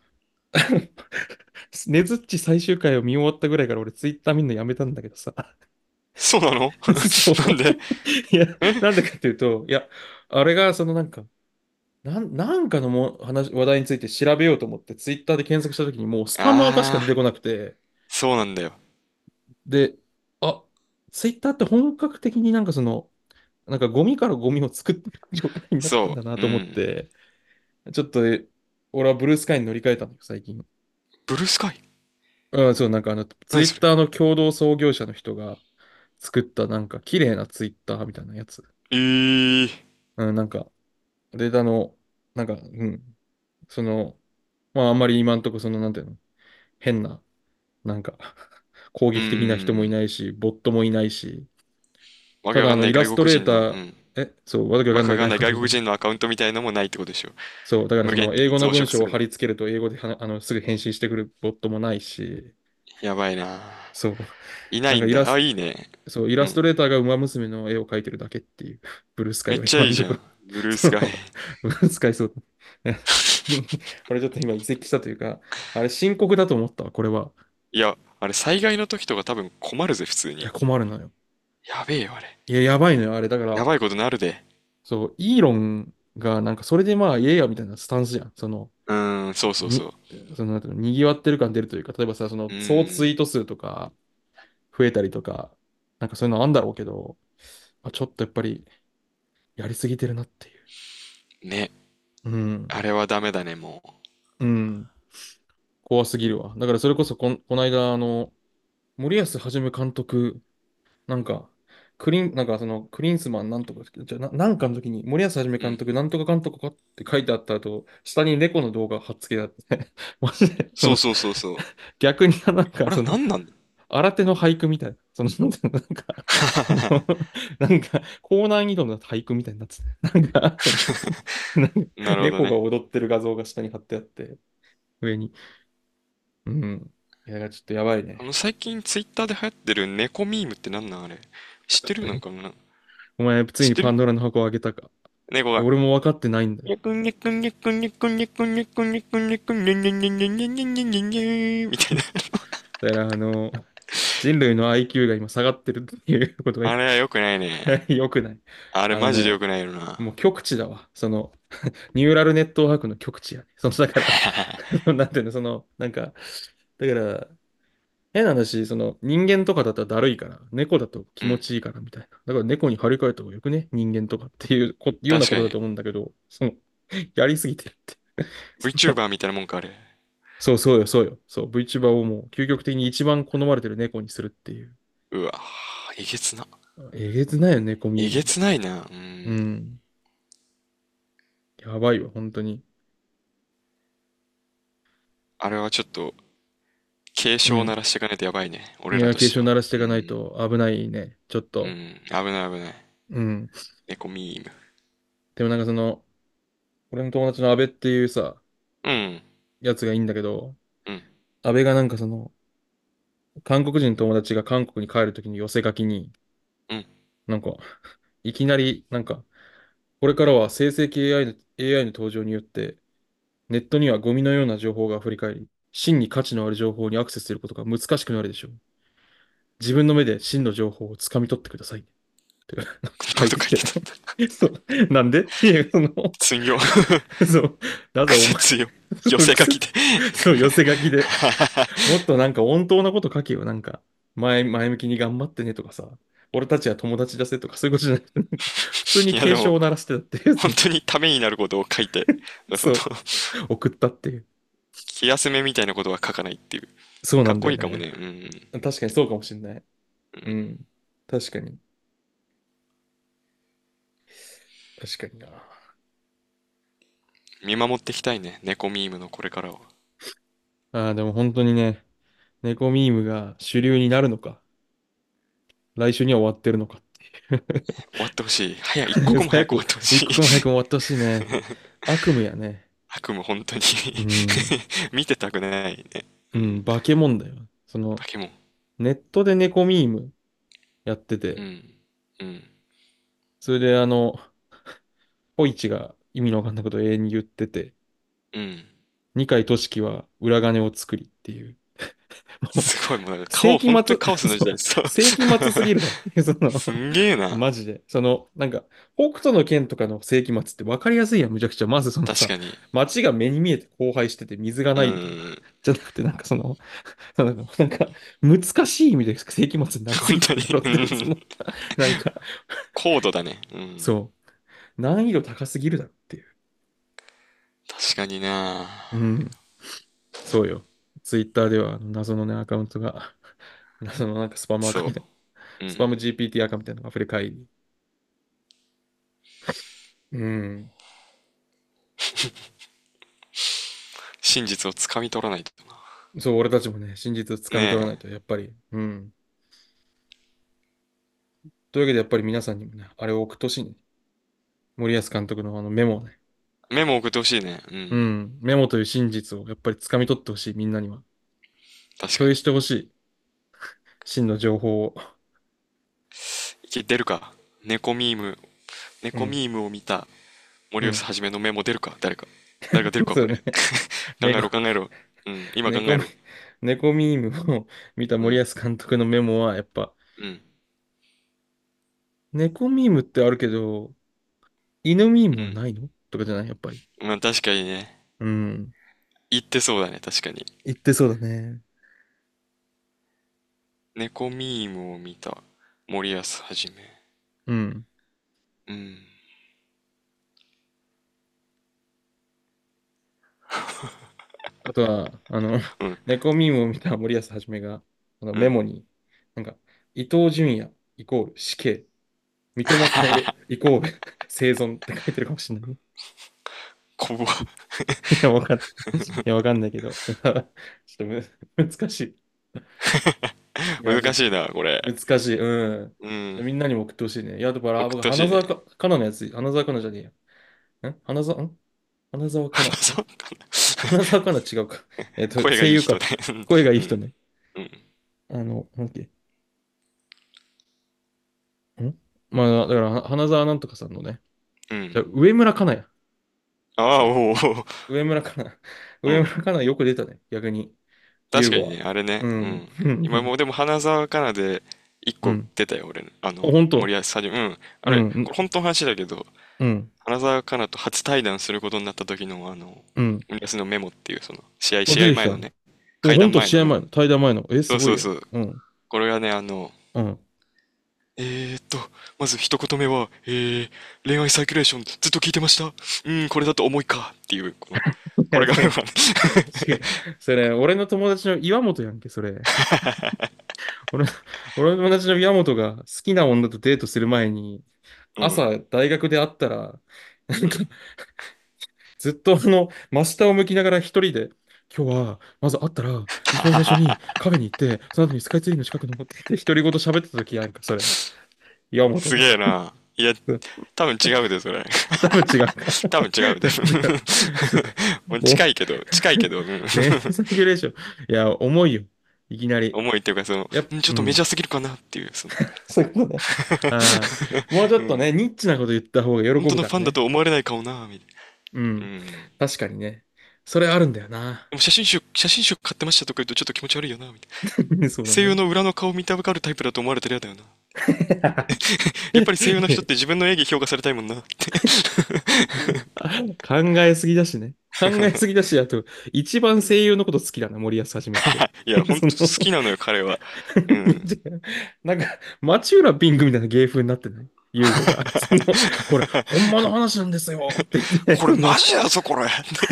ねずっち最終回を見終わったぐらいから俺ツイッター見るのやめたんだけどさ。 そうなの？ そなんで？ う。いや、 えなんでかっていうと、いや、あれがそのなんか、なん、なんかのも話、話題について調べようと思ってツイッターで検索した時にもうスパム赤しか出てああこなくて、 ー、そうなんだよ。 で、あ、ツイッターって本格的になんかその、なんかゴミからゴミを作ってる状態になってんそだなう。うと思っん。 て、ちょっと、え俺はブルースカイに乗り換えたんだよ、最近。 ブルースカイ。 うん、そう、なんかあの、ツイ何それ？ ッターの共同創業者の人が、 作ったなんか綺麗なツイッターみたいなやつ。 えー、 うん、なんか、データの、なんか、うん、その、まああんまり今んとこその、なんていうの、変な、なんか攻う撃的な人もいん。 ないし、ボットもいないし、 わけただあの、 わかんない外イラスト国人の、うレーター、 ん。 え、そう、わけわかんないわけわかんない外国人。 外国人のアカウントみたいのもないってことでしょ。 そう、だから無限その、英語のに増文章を貼殖する。 り付けると、英語ではあの、すぐ返信してくるボットもないし、 やばいな。 そう、 いないんだ。あ、 なんかイラスいいね。 そう、イうん。 ラストレーターがウマ娘の絵を描いてるだけっていう、ブルースカめっイはちゃいいじゃん。 今のところ。 ブルーそう、 スカイ。 ブルースカイそう。これちょっと今移籍したというか、あれ深刻だと思ったわ、これは。 いや、あれ災害の時とか多分困るぜ、普通いや、 に。 困るのよ。 やべえよ、あれ。 いや、やばいのよ、あれ。だから、 やばいことなるで。 そう、イーロンがなんかそれでまあ、言えやみたいなスタンスじゃん。その、 うーん、そうそうそに、 う。 その、なんていうの、賑わってる感出るというか、例えばさ、その、 う総ツーん。 イート数とか増えたりとか、なんかそういうのあんだろうけど、まあ、ちょっとやっぱり、やりすぎてるなっていう。 ね。 うん。 あれはダメだね、もうん。怖すぎるわ。だからそれこそこん、この間、あの、森保一監督、なんか、クリン、なんかその、クリンスマンなんとか、じゃあな、なんかの時に、森保一う。うん。 監督なんとか監督かって書いてあった後、下に猫の動画貼っ付けてあって、マジで、その、 そうそうそうそう。 逆になんか、 これはその、 何なんだ。 新手の俳句みたいな、その、なんていうの、なんか、その、なんか、高難易度の俳句みたいになってて、なんか、その、なんかなるほど猫がね。 踊ってる画像が下に貼ってあって、上に。うん。いや、ちょっとやばいね。 あの、最近ツイッターで流行ってる猫ミームって何なんあれ。知ってるなんかな。 お前、ついに知ってるパンドラの箱を開けたか。 猫が、 俺も分かってないんだよ。 ニャクニャクニャクニャクニャクニャクニャクニャクニャニャニャニャニャニャニャニャニャみたいな。 だから、あの、人類の アイキュー が今下がってるっていうことがあれは良くないね。 良くない。 あれあのね、 マジで良くないよな。 もう極致だわ。その、ニューラルネットワークの極致やね。その、だからなんていうの、その、なんか、だから、変な話、その、人間とかだったらだるいから、猫だと気うん。 持ちいいからみたいな。だから猫に張り替えた方がよくね、人間とかっていうこ、ような確かに。 ことだと思うんだけど、その、やりすぎてるって。 VTuber みたいなもんか、あれ。 そうそうよ、そうよ。そう、VTuber をもう究極的に一番好まれてる猫にするっていう。 うわぁ、えげつな。 えげつないよね、猫ミーム。 えげつないな。うん。 うん。やばいわ、本当に。 あれはちょっと、警うん。 鐘を鳴らしていかないとやばいね。俺いや、警鐘らとしては。 鳴らしていかないうん。 と危ないね。ちょっと。 うん。危ない危ない。 うん。 猫ミーム。 でもなんかその、俺の友達の安倍っていうさ、 うん。 やつがいいんだけど、 うん。 安倍がなんかその、韓国人の友達が韓国に帰るときに寄せ書きに、 うん。 なんか、いきなり、なんか、これからは生成系 エーアイ の、エーアイ の登場によって、ネットにはゴミのような情報が溢れ返り、真に価値のある情報にアクセスすることが難しくなるでしょう。自分の目で真の情報をつかみ取ってください。ってかこんなこと書いてきて。 書いてたんだ。 そう。なんでっていう、その、 強。 そう。なぜ癖お前、 強。 そう、 寄せ書きで。 そう、寄せ書きで。もっとなんか温当なこと書けよ。なんか、前、前向きに頑張ってねとかさ。俺たちは友達だぜとかそういうことじゃなくて、なんか普通にいやでも、 警鐘を鳴らしてたっていう、その本当にためになることを書いて、その、 そう、送ったっていう。 気休めみたいなことは書かないっていう。かっそうなんだこいいかもね。 よね。 うん。 確かにそうかもしれない。 うん。 うん。確かに。確かにな。 見守っていきたいね。猫ミームのこれからは。 ああ、でも本当にね、猫ミームが主流になるのか、来週には終わってるのかっていう。 終わってほしい。早い、一刻も早く終わ早く、 ってほしい。 一刻も早く終わってほしいね。悪夢やね。 悪夢本当にうん。 見てたくないね。うん。 うん、化け物だよ。その、 化け物。 ネットで猫ミームやってて、 うん。うん。 それであの、ポイチが意味のわかんないことを永遠に言ってて、 うん。 二階俊樹は裏金を作りっていう。もう、 すごい、もうなんか顔、 世紀末、 本当にカオスな時代。 そう、 そう。 世紀末すぎるだろ。その、 すんげえな。 マジで。その、なんか、北斗の拳とかの世紀末って分かりやすいやん、むちゃくちゃ。まずそのさ、 確かに。 街が目に見えて荒廃してて水がうないみたいな。 ん。 じゃなくて、なんかその、なんか、なんか難しい意味で世紀末になりすぎ本当に。 てるだろっていう、 うん。 その、なんか、 高度だね。うん。 そう、難易度高すぎるだろっていう。 確かにな。 うん、そうよ。ツイッターでは謎のね、アカウントが、謎のなんかスパムアカそう。 みたいな。 うん。 スパム ジーピーティー 赤みたいなのが溢れ返り。うん。 真実をつかみ取らないとな。 そう、俺たちもね、真実をつかみ取らないねと、やっぱり。うん。というわけで、やっぱり皆さんにもね、あれを送ってほしいね。森保監督のあのメモをね。 え。メモ送ってほしいね。うん。 うん。メモという真実をやっぱりつかみ取ってほしい、みんなには。 確かに。 共有してほしい。真の情報を。 いけ、出るか。猫ミーム、 うん。 猫ミームを見た森保うん。 はじめのメモ出るか誰か。誰か出るか、これ。 そうね。 考え猫、 ろ考えろ。うん、今考猫ミ、 えろ。 猫ミームを見たうん、 森保監督のメモは、やっぱ、 うん、 猫ミームってあるけど、犬ミームはうん。 ないのとかじゃないやっぱり。 まあ確かにね。 うん。 言ってそうだね、確かに。 言ってそうだね。 猫ミームを見た森保はじめ。 うん。 うん、 あとは、あの、 うん。 猫ミームを見た森保はじめが、あのうん。 メモに、なんか、伊東純也イコール死刑、三笘薫イコール生存って書いてるかもしれないね。 怖っ。 いや、わかんない。いや、わかんないけど。ちょっとむ難しい。いや、で難しいな、これ。 難しい。うん。 うん。 みんなにも送ってほしいね。いや、だから、僕、 送ってほしいね。 花澤か、かなのやつ、花澤香菜じゃねえや。ん花澤、ん花澤香菜。んそうか花澤香菜違うか。えっと、 な。声がいい人ね。 声優か。声がいいうん。 人ね。 うん。 あの、なんだっけ。んまあ、だから、は花澤なんとかさんのね。 うん。 じゃあ、上村かなや。 ああ、おお。 上村かな。 うん。 上村かなよく出たね。逆に。ユーゴは。 確かにね、あれね。 うん。 うん。今もうでも花澤香菜で一個うん。 出たよ、俺。ああ、 の、 本当。 森保さんに。うん。あれ、 うん。 これ本当の話だけど、 うん。 花澤香菜と初対談することになった時の、あの、 うん。 森保のメモっていう、その、試合、 あ、 試出てきたの。 合前のね、会お、本談前のメモ。 当試合前の、対談前の。え、すごいやん。 そうそうそう。 うん。 これがね、あの、 うん。 えーっと、まず一言目は、えー、恋愛サーキュレーションずっと聞いてました。うーん、これだと重いかっていう、この、 いや、それ、 これがメモ。 違う。それ、俺の友達の岩本やんけ、それ。俺、俺の友達の岩本が好きな女とデートする前に、 うん、 朝、大学で会ったら、なんか、 うん。 ずっとあの、真下を向きながら一人で、今日は、まず会ったら、一番最初にカフェに行って、その後にスカイツリーの近くのって言って、独り言喋ってた時やんか、それ。岩本すが。 げえな。いや、多分違うで、それ。 多分違うか。 多分違うで。 多分違う。 もうお、 近いけど、近いけど、うん。 恋愛サーキュレーション。いや、重いよ。いきなり。 重いっていうか、その、 やっ、 んちょっとメジうん。 ャーすぎるかなっていう、その、 そういうことね。ああ、もうちょうん。 っとね、ニッチなこと言った方が喜本当のファンだぶからね。 と思われない顔な、みたいな。ううん。 ん。 確かにね。それあるんだよな。 でも写真集、写真集買ってましたとか言うとちょっと気持ち悪いよな、みたいな。 そうだね。 声優の裏の顔見たがるタイプだと思われてるやだよな。やっぱり声優の人って自分の演技評価されたいもんなって。 考えすぎだしね。考えすぎだし、あと、一番声優のこと好きだな、森保はじめって。 いや、ほんとその好きなのよ、彼は。うん。 なんか、町浦ピンクみたいな芸風になってない優吾が。その、これ、ほんまの話なんですよって言って、 これそのマジやぞ、これ。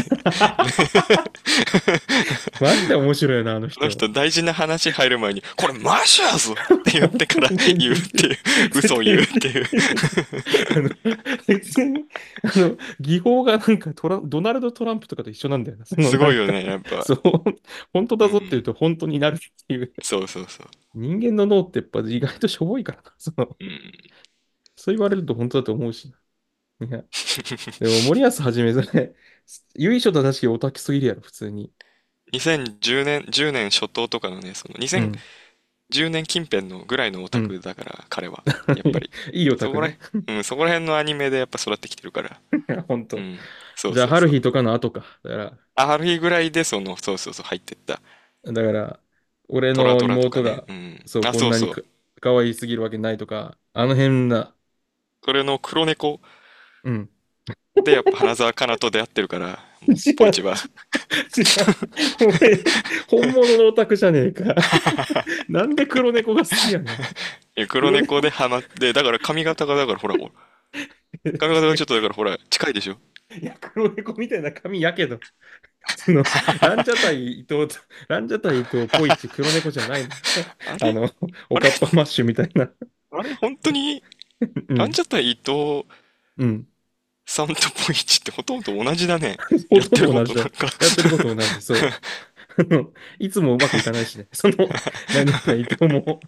マジで面白いな、あのあの人。 人大事な話入る前に、これマジやぞって言ってから言うっていう、嘘を言うっ絶対ていう。 あの、別に、あの、技法がなんかトラ、ドナルド・トランプとかと一緒なんだよな。そのなんか、 すごいよね、やっぱ。 そう、本当だぞって言ううん。 と本当になるっていう。 そうそうそう。 人間の脳ってやっぱ意外としょぼいからな。その、 うん。 そう言われると本当だと思うしな。いや、でも森保はじめそれ、由緒正しきオタクすぎるやろ、普通に。 にせんじゅうねん、じゅうねん初頭とかのね、そのうん、 にせんじゅうねん近辺のぐらいのオタうん。 クだから、彼は。やっぱり。 いいオタそこら、 クね。 うん、そこら辺のアニメでやっぱ育ってきてるから。 本当。 うん。そうじゃあ、 そうそう。 春日とかの後か。だかあ、ある日ぐらいでその、そうそうそう、入ってった。 ら、だから、俺のトラトラとかね。 妹が、 うん。 そう、 あ、 こんそうそう。 なにか可愛すぎるわけないとか、あの辺だ。 それの黒猫うん。 でやっぱ花澤香菜と出会ってるから、もう違う、 ポイチは。 違う。俺、本物のオタクじゃねえか。なんで黒猫が好きやねん。 いや黒黒猫、 猫でハマって、だから髪型がだからほら、ほら髪型がちょっとだからほら、近いでしょ。 いや、黒猫みたいな髪やけど。 その、ランジャタイ伊藤と、ランジャタイ伊藤、ポイチ、黒猫じゃないの。 あれあの、おあれかっぱマッシュみたいな。 あれ本当に、 うん。 ランジャタイ伊藤うん。 さんとポイチってほとんど同じだね。 ほとんやってるど同じだよ。 ことなんか。 やってること同じ。そう。あのいつもうまくいかないしね。その、ランジャタイ伊藤も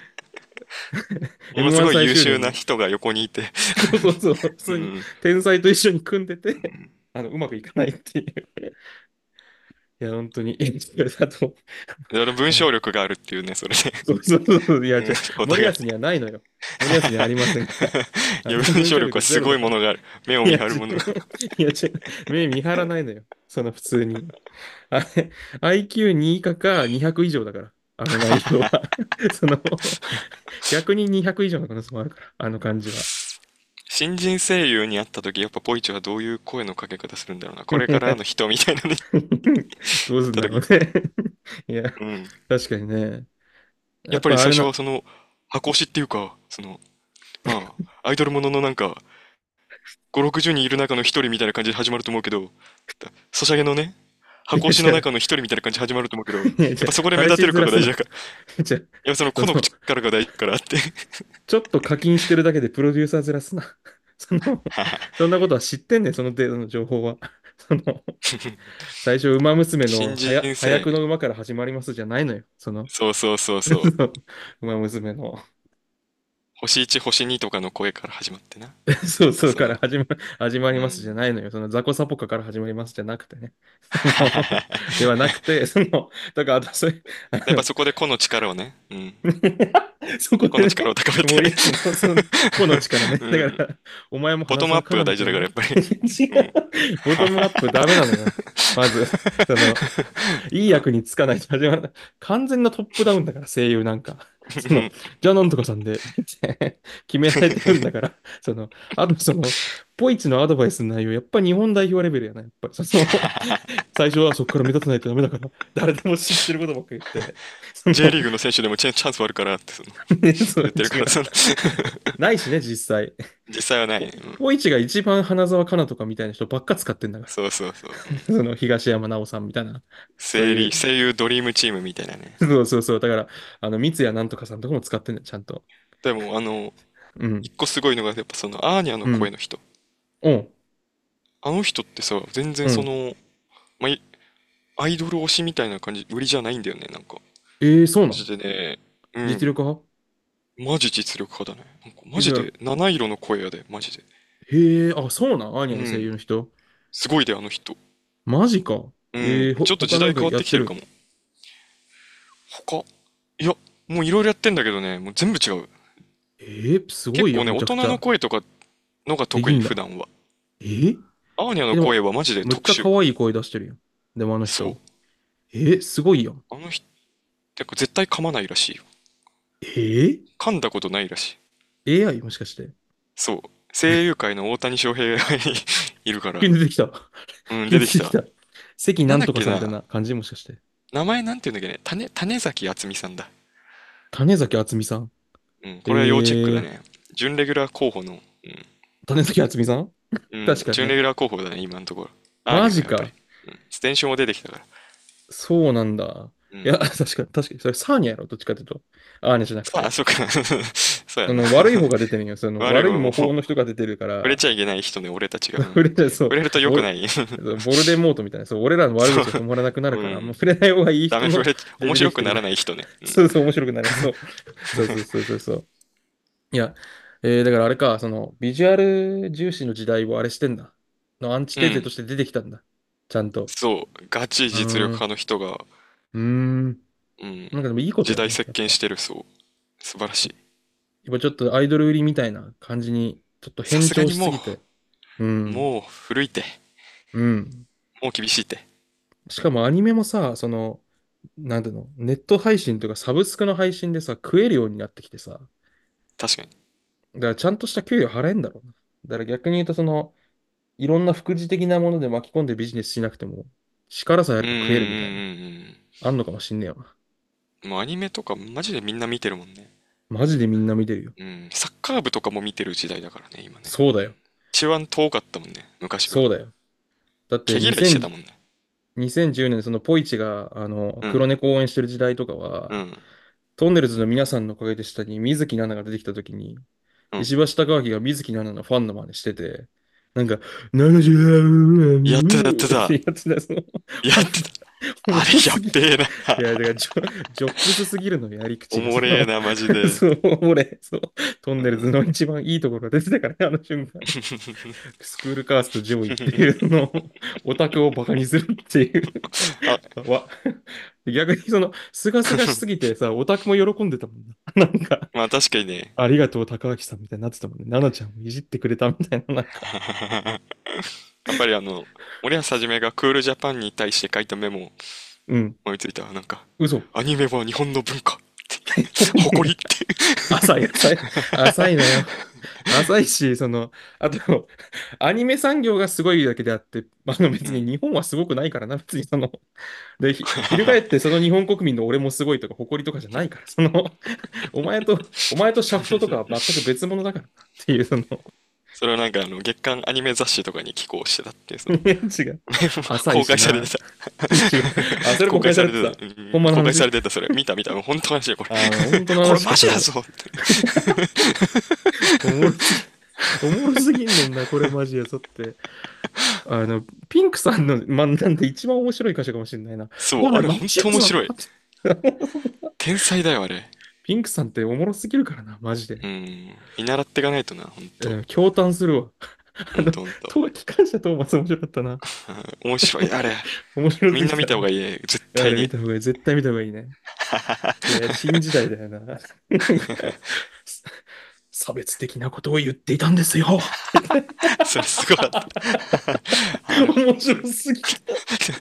ものすエムワンごい最優秀な終年に、 人が横にいて。 そうそうそう、普通にうん。 天才と一緒に組んでて、 うん。 あの、うまくいかないっていう。いや、本当に、あと、 あの文章力があるっていうね、それで。 そうそうそうそう、いや、 うん、 じゃあお互い。 森保にはないのよ。森保にはありませんから。 いや、 あの、 文文章章力はす力ゼロだから。 ごいものがある。目をいや、 見張るものが。 違う。いや、違う。目見張らないのよ。その普通に。あれ、アイキューに 以下かにひゃく以上だから。あの内容は。その、逆ににひゃく以上の可能性もあるから。あの感じは。 新人声優に会った時、やっぱポイチはどういう声のかけ方するんだろうな。これからの人みたいなね。 どうすんだろう会った時。 ね。いや、 うん。 確かにね。やっやっぱり最ぱあれな、 初はその、箱推しっていうか、その、まあ、アイドルもののなんか、ご、ろくじゅうにんいる中の一人みたいな感じで始まると思うけど、ソシャゲのね、 いや、 箱推しの違う。 中の一人みたいな感じで始まると思うけど、やっいや、違う。 ぱそこで目返立てるしづらすな。 ことが大事だから。 違う。 いや、その個のその、 力が大事だからって。 ちょっと課金してるだけでプロデューサーずらすな。その、そんなことは知ってんねん、その程度の情報は。その、最初、馬娘の新はや、 人戦、 早くの馬から始まりますじゃないのよ。その、 そうそうそうそそう。 の馬娘の、 星いち、星にとかの声から始まってな。 そうそうその、 から始ま、始まりますじゃうん。 ないのよ。その雑魚サポカから始まりますじゃなくてね。その、ではなくて、その、だから、あと、そういう、あの、 やっぱそこで個の力をね、うん。 そこでね、 個の力を高めて。 森保の、その、個の力ね。 うん。 だから、お前もボト花澤香ムアップが大事菜みたいに、 だからやっぱり。 違うん。 う、ボトムアップダメなのよ。まず、その、いい役につかないと始まらない。完全なトップダウンだから、声優なんか。その、じゃあなんとかさんでって決められてるんだから、その、あとその、ポイチのアドバイスの内容、やっぱ日本代表レベルやな、やっぱり。その、最初はそこから目立たないとダメだから、誰でも知ってることばっかり言って、そ J の、 リーグの選手でもチャンチャンスはあるからって、その、 ね、そう、 言ってるから、 違う。 その。 ないしね、実際。 実際はない。うん。 ポイチが一番花澤香菜とかみたいな人ばっか使ってんだかそうそうそう。うん。 ら。その、東山奈緒さんみたいな。そう声優、 いう。 声優ドリームチームみたいなね。 そうそうそう。だから、あの、三谷なんとかさんとかも使ってんだよ、ちゃんと。 でも、あの、 うん。 一個すごいのが、やっぱその、アーニャのうん。 声の人。 おう。 あの人ってさ、全然うん。 その、まあ、いアイドル推しみたいな感じ、売りじゃないんだよね、なんか。 ええー、そうなの？ マジでね、うん、 実力派？ マジ実力派だね。なんかマえ、じゃあ、 ジで、七色の声やで、マジで。 へえ、あ、そうなんアーニャの声うん、 優の人。 すごいで、あの人。 マジか。 うん、 えー、ほ、 ちょっと時他なんか代変わっやってる？ てきてるかも。他、いや、もういろいろやってんだけどね、もう全部違う。 えー、すごいやん、 結構ね、大人むちゃくちゃ。 の声とかのが得意、 できんだ。 普段は。 えー、 アーニャのえでも、 声はマジでむっちゃ可特殊。 愛い声出してるよ。でもあのそう。 人。えー、すごいやん。 あの人、てか絶対噛まないらしいよ。 えー、 噛んだことないらしい。 エーアイ もしかして。 そう。声優界の大谷翔平がいるから。 急に出てきた。 うん、 急出てきた。 に出てきた。関なんだなんとかっけな。 さんみたいな感じもしかして。 名前なんて言うんだっけね。種、種崎敦美さんだ。 種崎敦美さん。 うん、これは要チェックだえー、 ね。準レギュラー候補の、うん、 種崎敦美さん。 うん、 確かにね。 準レギュラー候補だね、今のところ。アーニャはやっぱり。 マジか。 うん、ステンションも出てきたから。 そうなんだ。いや、 うん。 確かに、確かに。それサーニャやろ、どっちかというと。アーニャじゃなくあ、 て。 そうか。そうやな。 その悪い方が出てるんよ。その悪い方、 悪い模もう、 倣の人が出てるから、 触れちゃいけない人ね、俺たちが。うん。 触れて、そう、 触れると良ボル、 くない。 ボルデモートみたいな、そう、俺らの悪そう。 口が止まらなくなるから、もううん。 触れない方がいい人のダメ触れ、 レ面白くなベルで生きてるから。 らない人ね。うん。 そうそう、面白くなる。そう。そうそうそうそうそう。いや、えー、だからあれか、その、ビジュアル重視の時代をあれしてんだ。のアンチうん。 テーゼとして出てきたんだ。ちゃんと。 そう。ガチうーん。 実力派の人が、 うーん。 うん。 なんかでもいいこと時代やね。やっぱ。 席巻してる、そう。素晴らしい。 やっぱちょっとアイドル売りみたいな感じに、ちょっとさ変調すがにもしすぎて。うう、 ん。 もう古いて。 うん。 もう厳しいて。 しかもアニメもさ、その、なんていうの、ネット配信というかサブスクの配信でさ、食えるようになってきてさ、 確かに。 だからちゃんとした給料払えんだろうな。だから逆に言うと、その、いろんな副次的なもので巻き込んでビジネスしなくても、力さえあうんうんれば食えるみたいな、 うんあんのかもしんねえよな。 うん。もうアニメとかマジでみんな見てるもんね。 マジでみんな見てるよ。 うん。サッカー部とかも見てる時代だからね、今ね。 そうだよ。 一番遠かったもんね、昔は。 そうだよ。だって毛嫌いしてにせん、 たもんね。 にせんじゅうねん、そのポイチが、あの、 うん、 黒猫を応援してる時代とかは、 うん、 トンネルズの皆さんのおかげでしたに、水木奈々が出てきたときに、 うん。 石橋貴明が水木奈々のファンの真似してて、なんか、ななじゅうやってた、やってた。 ってやってた、その、 やってた。 おもあれやろすぎ。いっべえな。 や、だからジョ、ジョップスすぎるのやり口が、 おもその、 れえな、マジで。 そう、俺、そう、トンネルズうん。 の一番いいところが出てたからね、あの瞬間。スクールカースト上位っていう、その、オタクをバカにするっていうあ、 わ、逆にその、すがすがしすぎてさ、オタクも喜んでたもんな。なんか、 まあ確かにね。 ありがとう、高明さんみたいになってたもんね。奈々ちゃんもいじってくれたみたいな、なんか。 やっぱりあの、森保一がクールジャパンに対して書いたメモうん。 思いついたわ。なんか、 嘘。 アニメは日本の文化って、誇りって。 浅い、浅い、浅いのよ。浅いし、その、あと、アニメ産業がすごいだけであって、あの別にうん。 日本はすごくないからな、別にその、で、ひ、翻ってその日本国民の俺もすごいとか誇りとかじゃないから、その、お前と、お前とシャフトとかは全く別物だからなっていう、その、 それはなんかあの、月刊アニメ雑誌とかに寄稿してたっていう、その、 違う。浅い公しな。 開されてた。 違う。あ、それ公公開されてた。 開されてた。 うん、 ほんまの公開さ話。 れてた、それ。見た見た。本当の話だよ、これ。 あの、本当のこれ話か、それ。 マジだぞって。 おもろすぎ、おもろすぎんねんな、これマジやぞって。あの、ピンクさんの漫談で一番面白い箇所かもしれないな。 そう、 おい、 あれ本マジやぞ当面白い。 って。 天才だよ、あれ。 ピンクさんっておもろすぎるからな、マジで。 うん。見習っていかないとな、本当。 えー驚嘆するわ。あの、 本当本当。 と機関車トーマス面白かったな。 面白い、あれ。 面白みんな見すぎたな。 た方がいいね、絶あれ見対に。 た方がいい。絶対見た方がいいね。いや、新時代だよな。なんか差別的なことを言っていたんですよ。 それすごかった。あれ、 面白すぎた。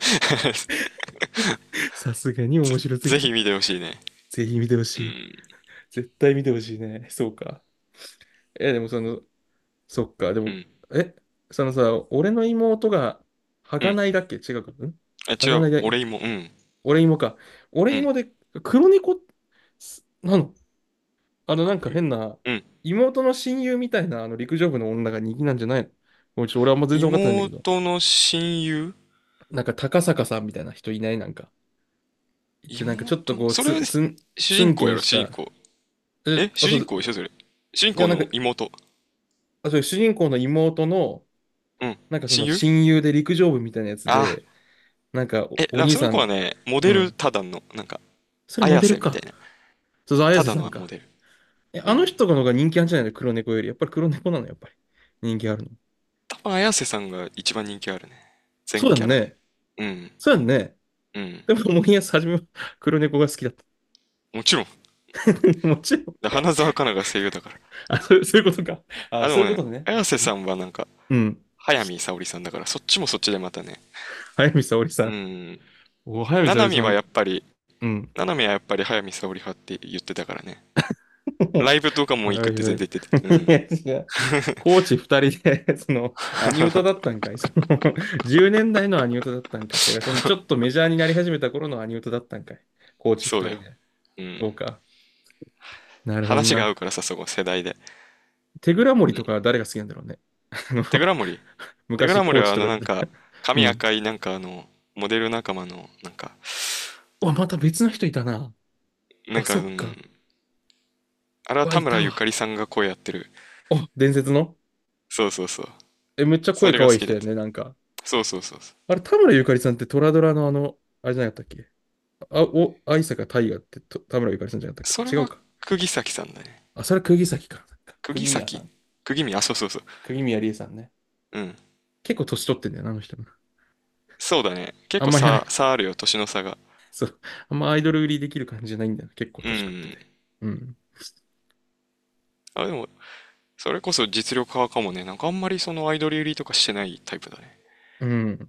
さすがに面白すぎた。 ぜひ見てほしいね。 ぜひ見てほしい。 うん。 絶対見てほしいね。そうか。え、でもその、そっか。でも、 うん。 え、そのさ、俺の妹が、 うん。 儚いだっけ違うか。んあ、違う。 儚いだ。 俺も、うん。 俺妹か。 うん。 俺妹で、黒猫、すなのあの、なんか変な、 うん。 妹の親友みたいな、あの、陸上部の女が人気なんじゃないの？もうちょっと俺はあんま全然分かってないんだけど。 妹の親友。 なんか高坂さんみたいな人いないなんか。一応なんかちょっと妹の、 こう、つ、 それはつん、ツンケ主人公やろ、 ンした。 主人公。 え、 え、 あ、 主そう、 人公でしょ、それ。主人いや、 公なんか、 の妹。 あ、そう、主人公の妹の、 うん。 なんかその親友。 親友で陸上部みたいなやつあ、 で、なんかお、 え、だからそのお兄さん、 子はね、モデルうん。 ただの、なんか、 それモ綾デルか。 瀬みたいな。 そうそう、綾た瀬さんか。 だのモデル。 え、 うん。 あの人の方が人気あるんじゃないの黒猫より。やっぱり黒猫なの、やっぱり。人気あるの。 多分綾瀬さんが一番人気あるね。 そ全キャラで。 うだね。 うん。 そうだね。 うん。 でも、森保はじめは黒猫が好きだっもちろん。 た。もちろん。 で花澤香菜が声優だから。 あ、そう、そういうことか。あ、 あ、でもね、 そういうことね。 綾瀬さんはなんか、 うん。 早見沙織さんだから、そっちもそっちでまたね。 早見沙織さうん。 ん。 お、早見沙七海は織さん。 やっぱり、 うん。 七海はやっぱり早見沙織派って言ってたからね。ライブとかも行くってはいはい。 全然言ってた。うん。 違う。コーチ二人で、その、アニ歌だったんかい。その、じゅうねんだいのアニ歌だったんかい。てか、その、ちょっとメジャーになり始めた頃のアニ歌だったんかい。コーチそうだよ。 二人で。 うん。 そうか。なるほどな。 話が合うからさ、そこ世代で。 手倉森うん。 とか誰が好きなんだろうね。あの手倉森。手昔コー倉森はあチとかやってた。 のなんか、 うん。 髪赤いなんかあの、モデル仲間の、なんか、 あ、また別の人いたな。あ、 なんか、うん。 そっか。 あれはあ、 田村ゆいたわ。 かりさんが声やってる。 お、伝説のそうそうそう。 え、めっちゃそ声れが好きだった。 可愛い人だよね、なんか。 そうそうそうそあれ、田村ゆかりさんってトラドラのあの、あれじゃなかったっけ？あ、お、愛坂大河ってと田村ゆかりさんじゃなかっう。 たっそれはけ？違うか。 釘崎さんだね。 あ、それ釘崎か。 釘崎釘宮さん。 釘宮、あ、そうそうそう。 釘宮理恵さんね。 うん。 結構年取ってんだよな、あの人も。 そうだね。結構差、 あんまり、 差あるよ、年の差が。 そう。あんまアイドル売りできる感じじゃないんだよ。結構うん。 年食ってて。うん。 あ、でも、それこそ実力派かもね。なんかあんまりそのアイドル売りとかしてないタイプだね。 うん。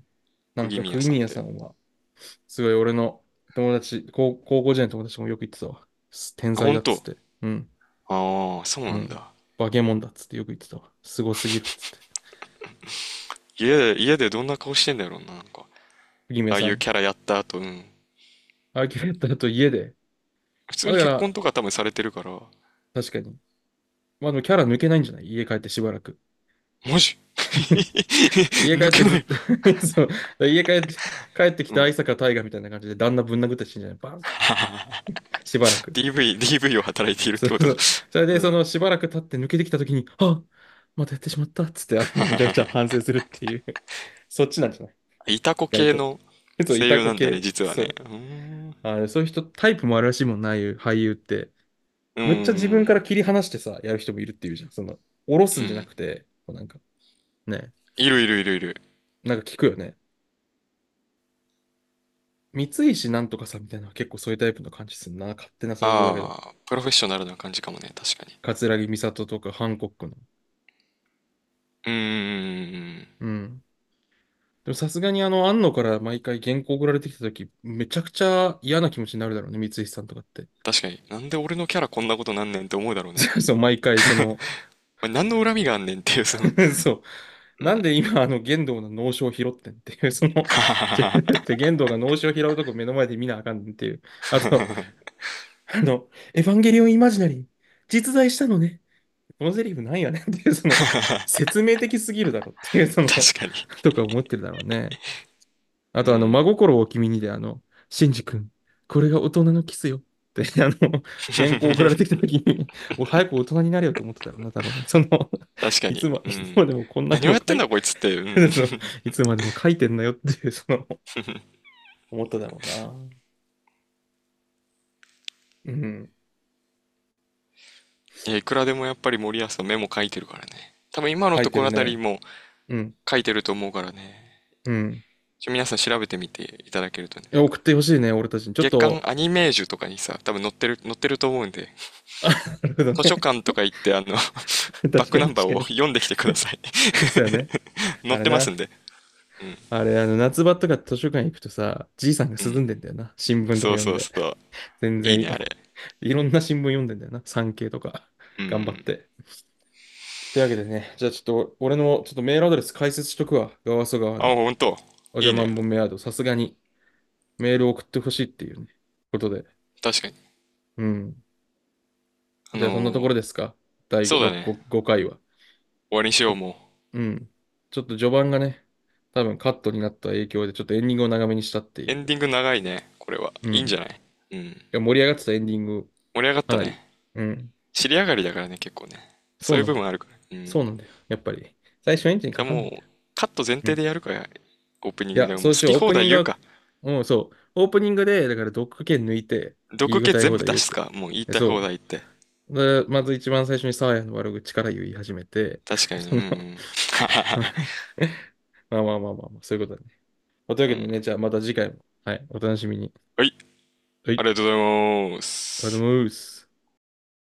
なん釘か釘宮宮さんって。 さんは、すごい俺の友達、高、高校時代の友達もよく言ってたわ。天あ、 才だ本当。 っつって。うん。 ああ、そううん。 なんだ。 化け物だっつってよく言ってたわ。すごすぎるっつって。 家で、家でどんな顔してんだろうな、なんか。ああ釘宮さん。 いうキャラやった後、うん。 アーキュレーターと家で。 普通まあ、だから、 に結婚とか多分されてるから、 確かに。まあでもキャラ抜けないんじゃない？家帰ってしばらく。 マジ？ 家帰ってずっ抜けない。 とそう、家帰って、帰ってきうん。 た相坂大河みたいな感じで旦那ぶん殴ったりしてんじゃないバーンしばらく。 ディーブイ、ディーブイ を働いているってことだ。 そうそう。それで、そうん。 のしばらく経って抜けてきたときに、あ、またやってしまったっつって、あの、めちゃくちゃ反省するっていう、そっちなんじゃない？ イタコ意外と。 系のそう、い声優なんだね、 たこ系。 実はね。 そう。 うーん。 あれ、そういう人、タイプもあるらしいもんな、ああいう俳優って。 うむっちゃ自分かーん。 ら切り離してさ、やる人もいるっていうじゃん。その、下ろすんじゃなうん。 くて、こうなんか、ね、 いるいるいるいる。 なんか聞くよね。三石なんとかさんみたいなのは結構そういうタイプの感じするな。勝手な想像だけど。 ああ、プロフェッショナルな感じかもね、確かに。 桂木美里とかハンコックの。 うーん。 うん。でもさすがにあの、安野から毎回原稿送られてきたとき、めちゃくちゃ嫌な気持ちになるだろうね、三石さんとかって。 確かに。なんで俺のキャラこんなことなんねんって思うだろうね。 そう、毎回その、 お前何の恨みがあんねんっていう、その、 そう。 うん。 なんで今あの玄道の脳書を拾ってんっていう、その、で玄道が脳書を拾うとこ目の前で見なあかんねんっていう。あと、あの、エヴァンゲリオンイマジナリー、実在したのね。このセリフなんやねんっていう、その、説明的すぎるだろっていう、その、 確かに。 とか思ってるだろうね。あと、あの、真うん。 心を君にで、あの、シンジ君、これが大人のキスよって、あの、原稿送られてきたときに、もう早く大人になれよと思ってたろうな、多分。その、 確かに。 いつも、いつうん。 までもこんな何をやってんだの書いて、 こいつって。うん。 そういつまでも書いてんなよっていう、その、思っただろうな。うん。 いや、いくらでもやっぱり森保のメモ書いてるからね。多分今の書いところあたりてるね。 もうん。 書いてると思うからね。 うん。 ちょ皆さん調べてみていただけるとね。 いや送ってほしいね、俺たちに。ちょっ月刊と、 アニメージュとかにさ、多分載ってる、載ってると思うんで、 なるほど図書ね。 館とか行って、あの、バッ確かクナンバーをに確かに。 読んできてください。 そうやね。 載っあれな。 てますんで。うん。 あれ、あの、夏場とか図書館行くとさ、じいさんがうん。 涼んでんだよな。新聞とかそう読んで。 そうそう。 全然い、 いいね、あれ。 いろんな新聞読んでんだよな。産経とか。 うん。 頑張って。というわけでね、じゃあちょっと、俺のちょっとメールアドレス解説しとくわ。ガワソ川あ、 の。 ほんと。 おじゃまいいね。 んぼメアド。さすがにメールを送ってほしいっていうね、ことで。 確かに。 うん。 あじゃあそんなとこのーろですか？だいご、 そうだね。 ごかいは。 終わりにしよう、もうん。ちょっと序盤がね、多分カットになった影響で、ちょっとエンディングを長めにしたってう。 いう。 エンディング長いね。これは。 うん。 いいんじゃない？うん。 いや、盛り上がってたエンディング、 盛り上がっかなり。 たね。 うん。 尻上がりだからね、結構ね。そういうそうなんだよ。 部分あるから。うん。 そうなんだよ。やっぱり。最初エンジンかじゃあもう、 かんないんだよ。 カット前提うん。 でやるから、オープニンいや、 グでもうそうしよう。オー好き放プニングは、 題言うか。 うん、そう。オープニングで、だから読権抜いて、言いたい毒気全放題言うって。 部出すか。もう言いたい放えそ題言って。 う。で、まず一番最初にサーヤの悪口から言い始めて、 確かに。 そのうん。 まあまあまあまあまあ、そういうことだね。まあといううん。 わけでね、じゃあまた次回も、はい、お楽しみに。 はい。 はい、 ありがとうございまありがとうす。 ございます。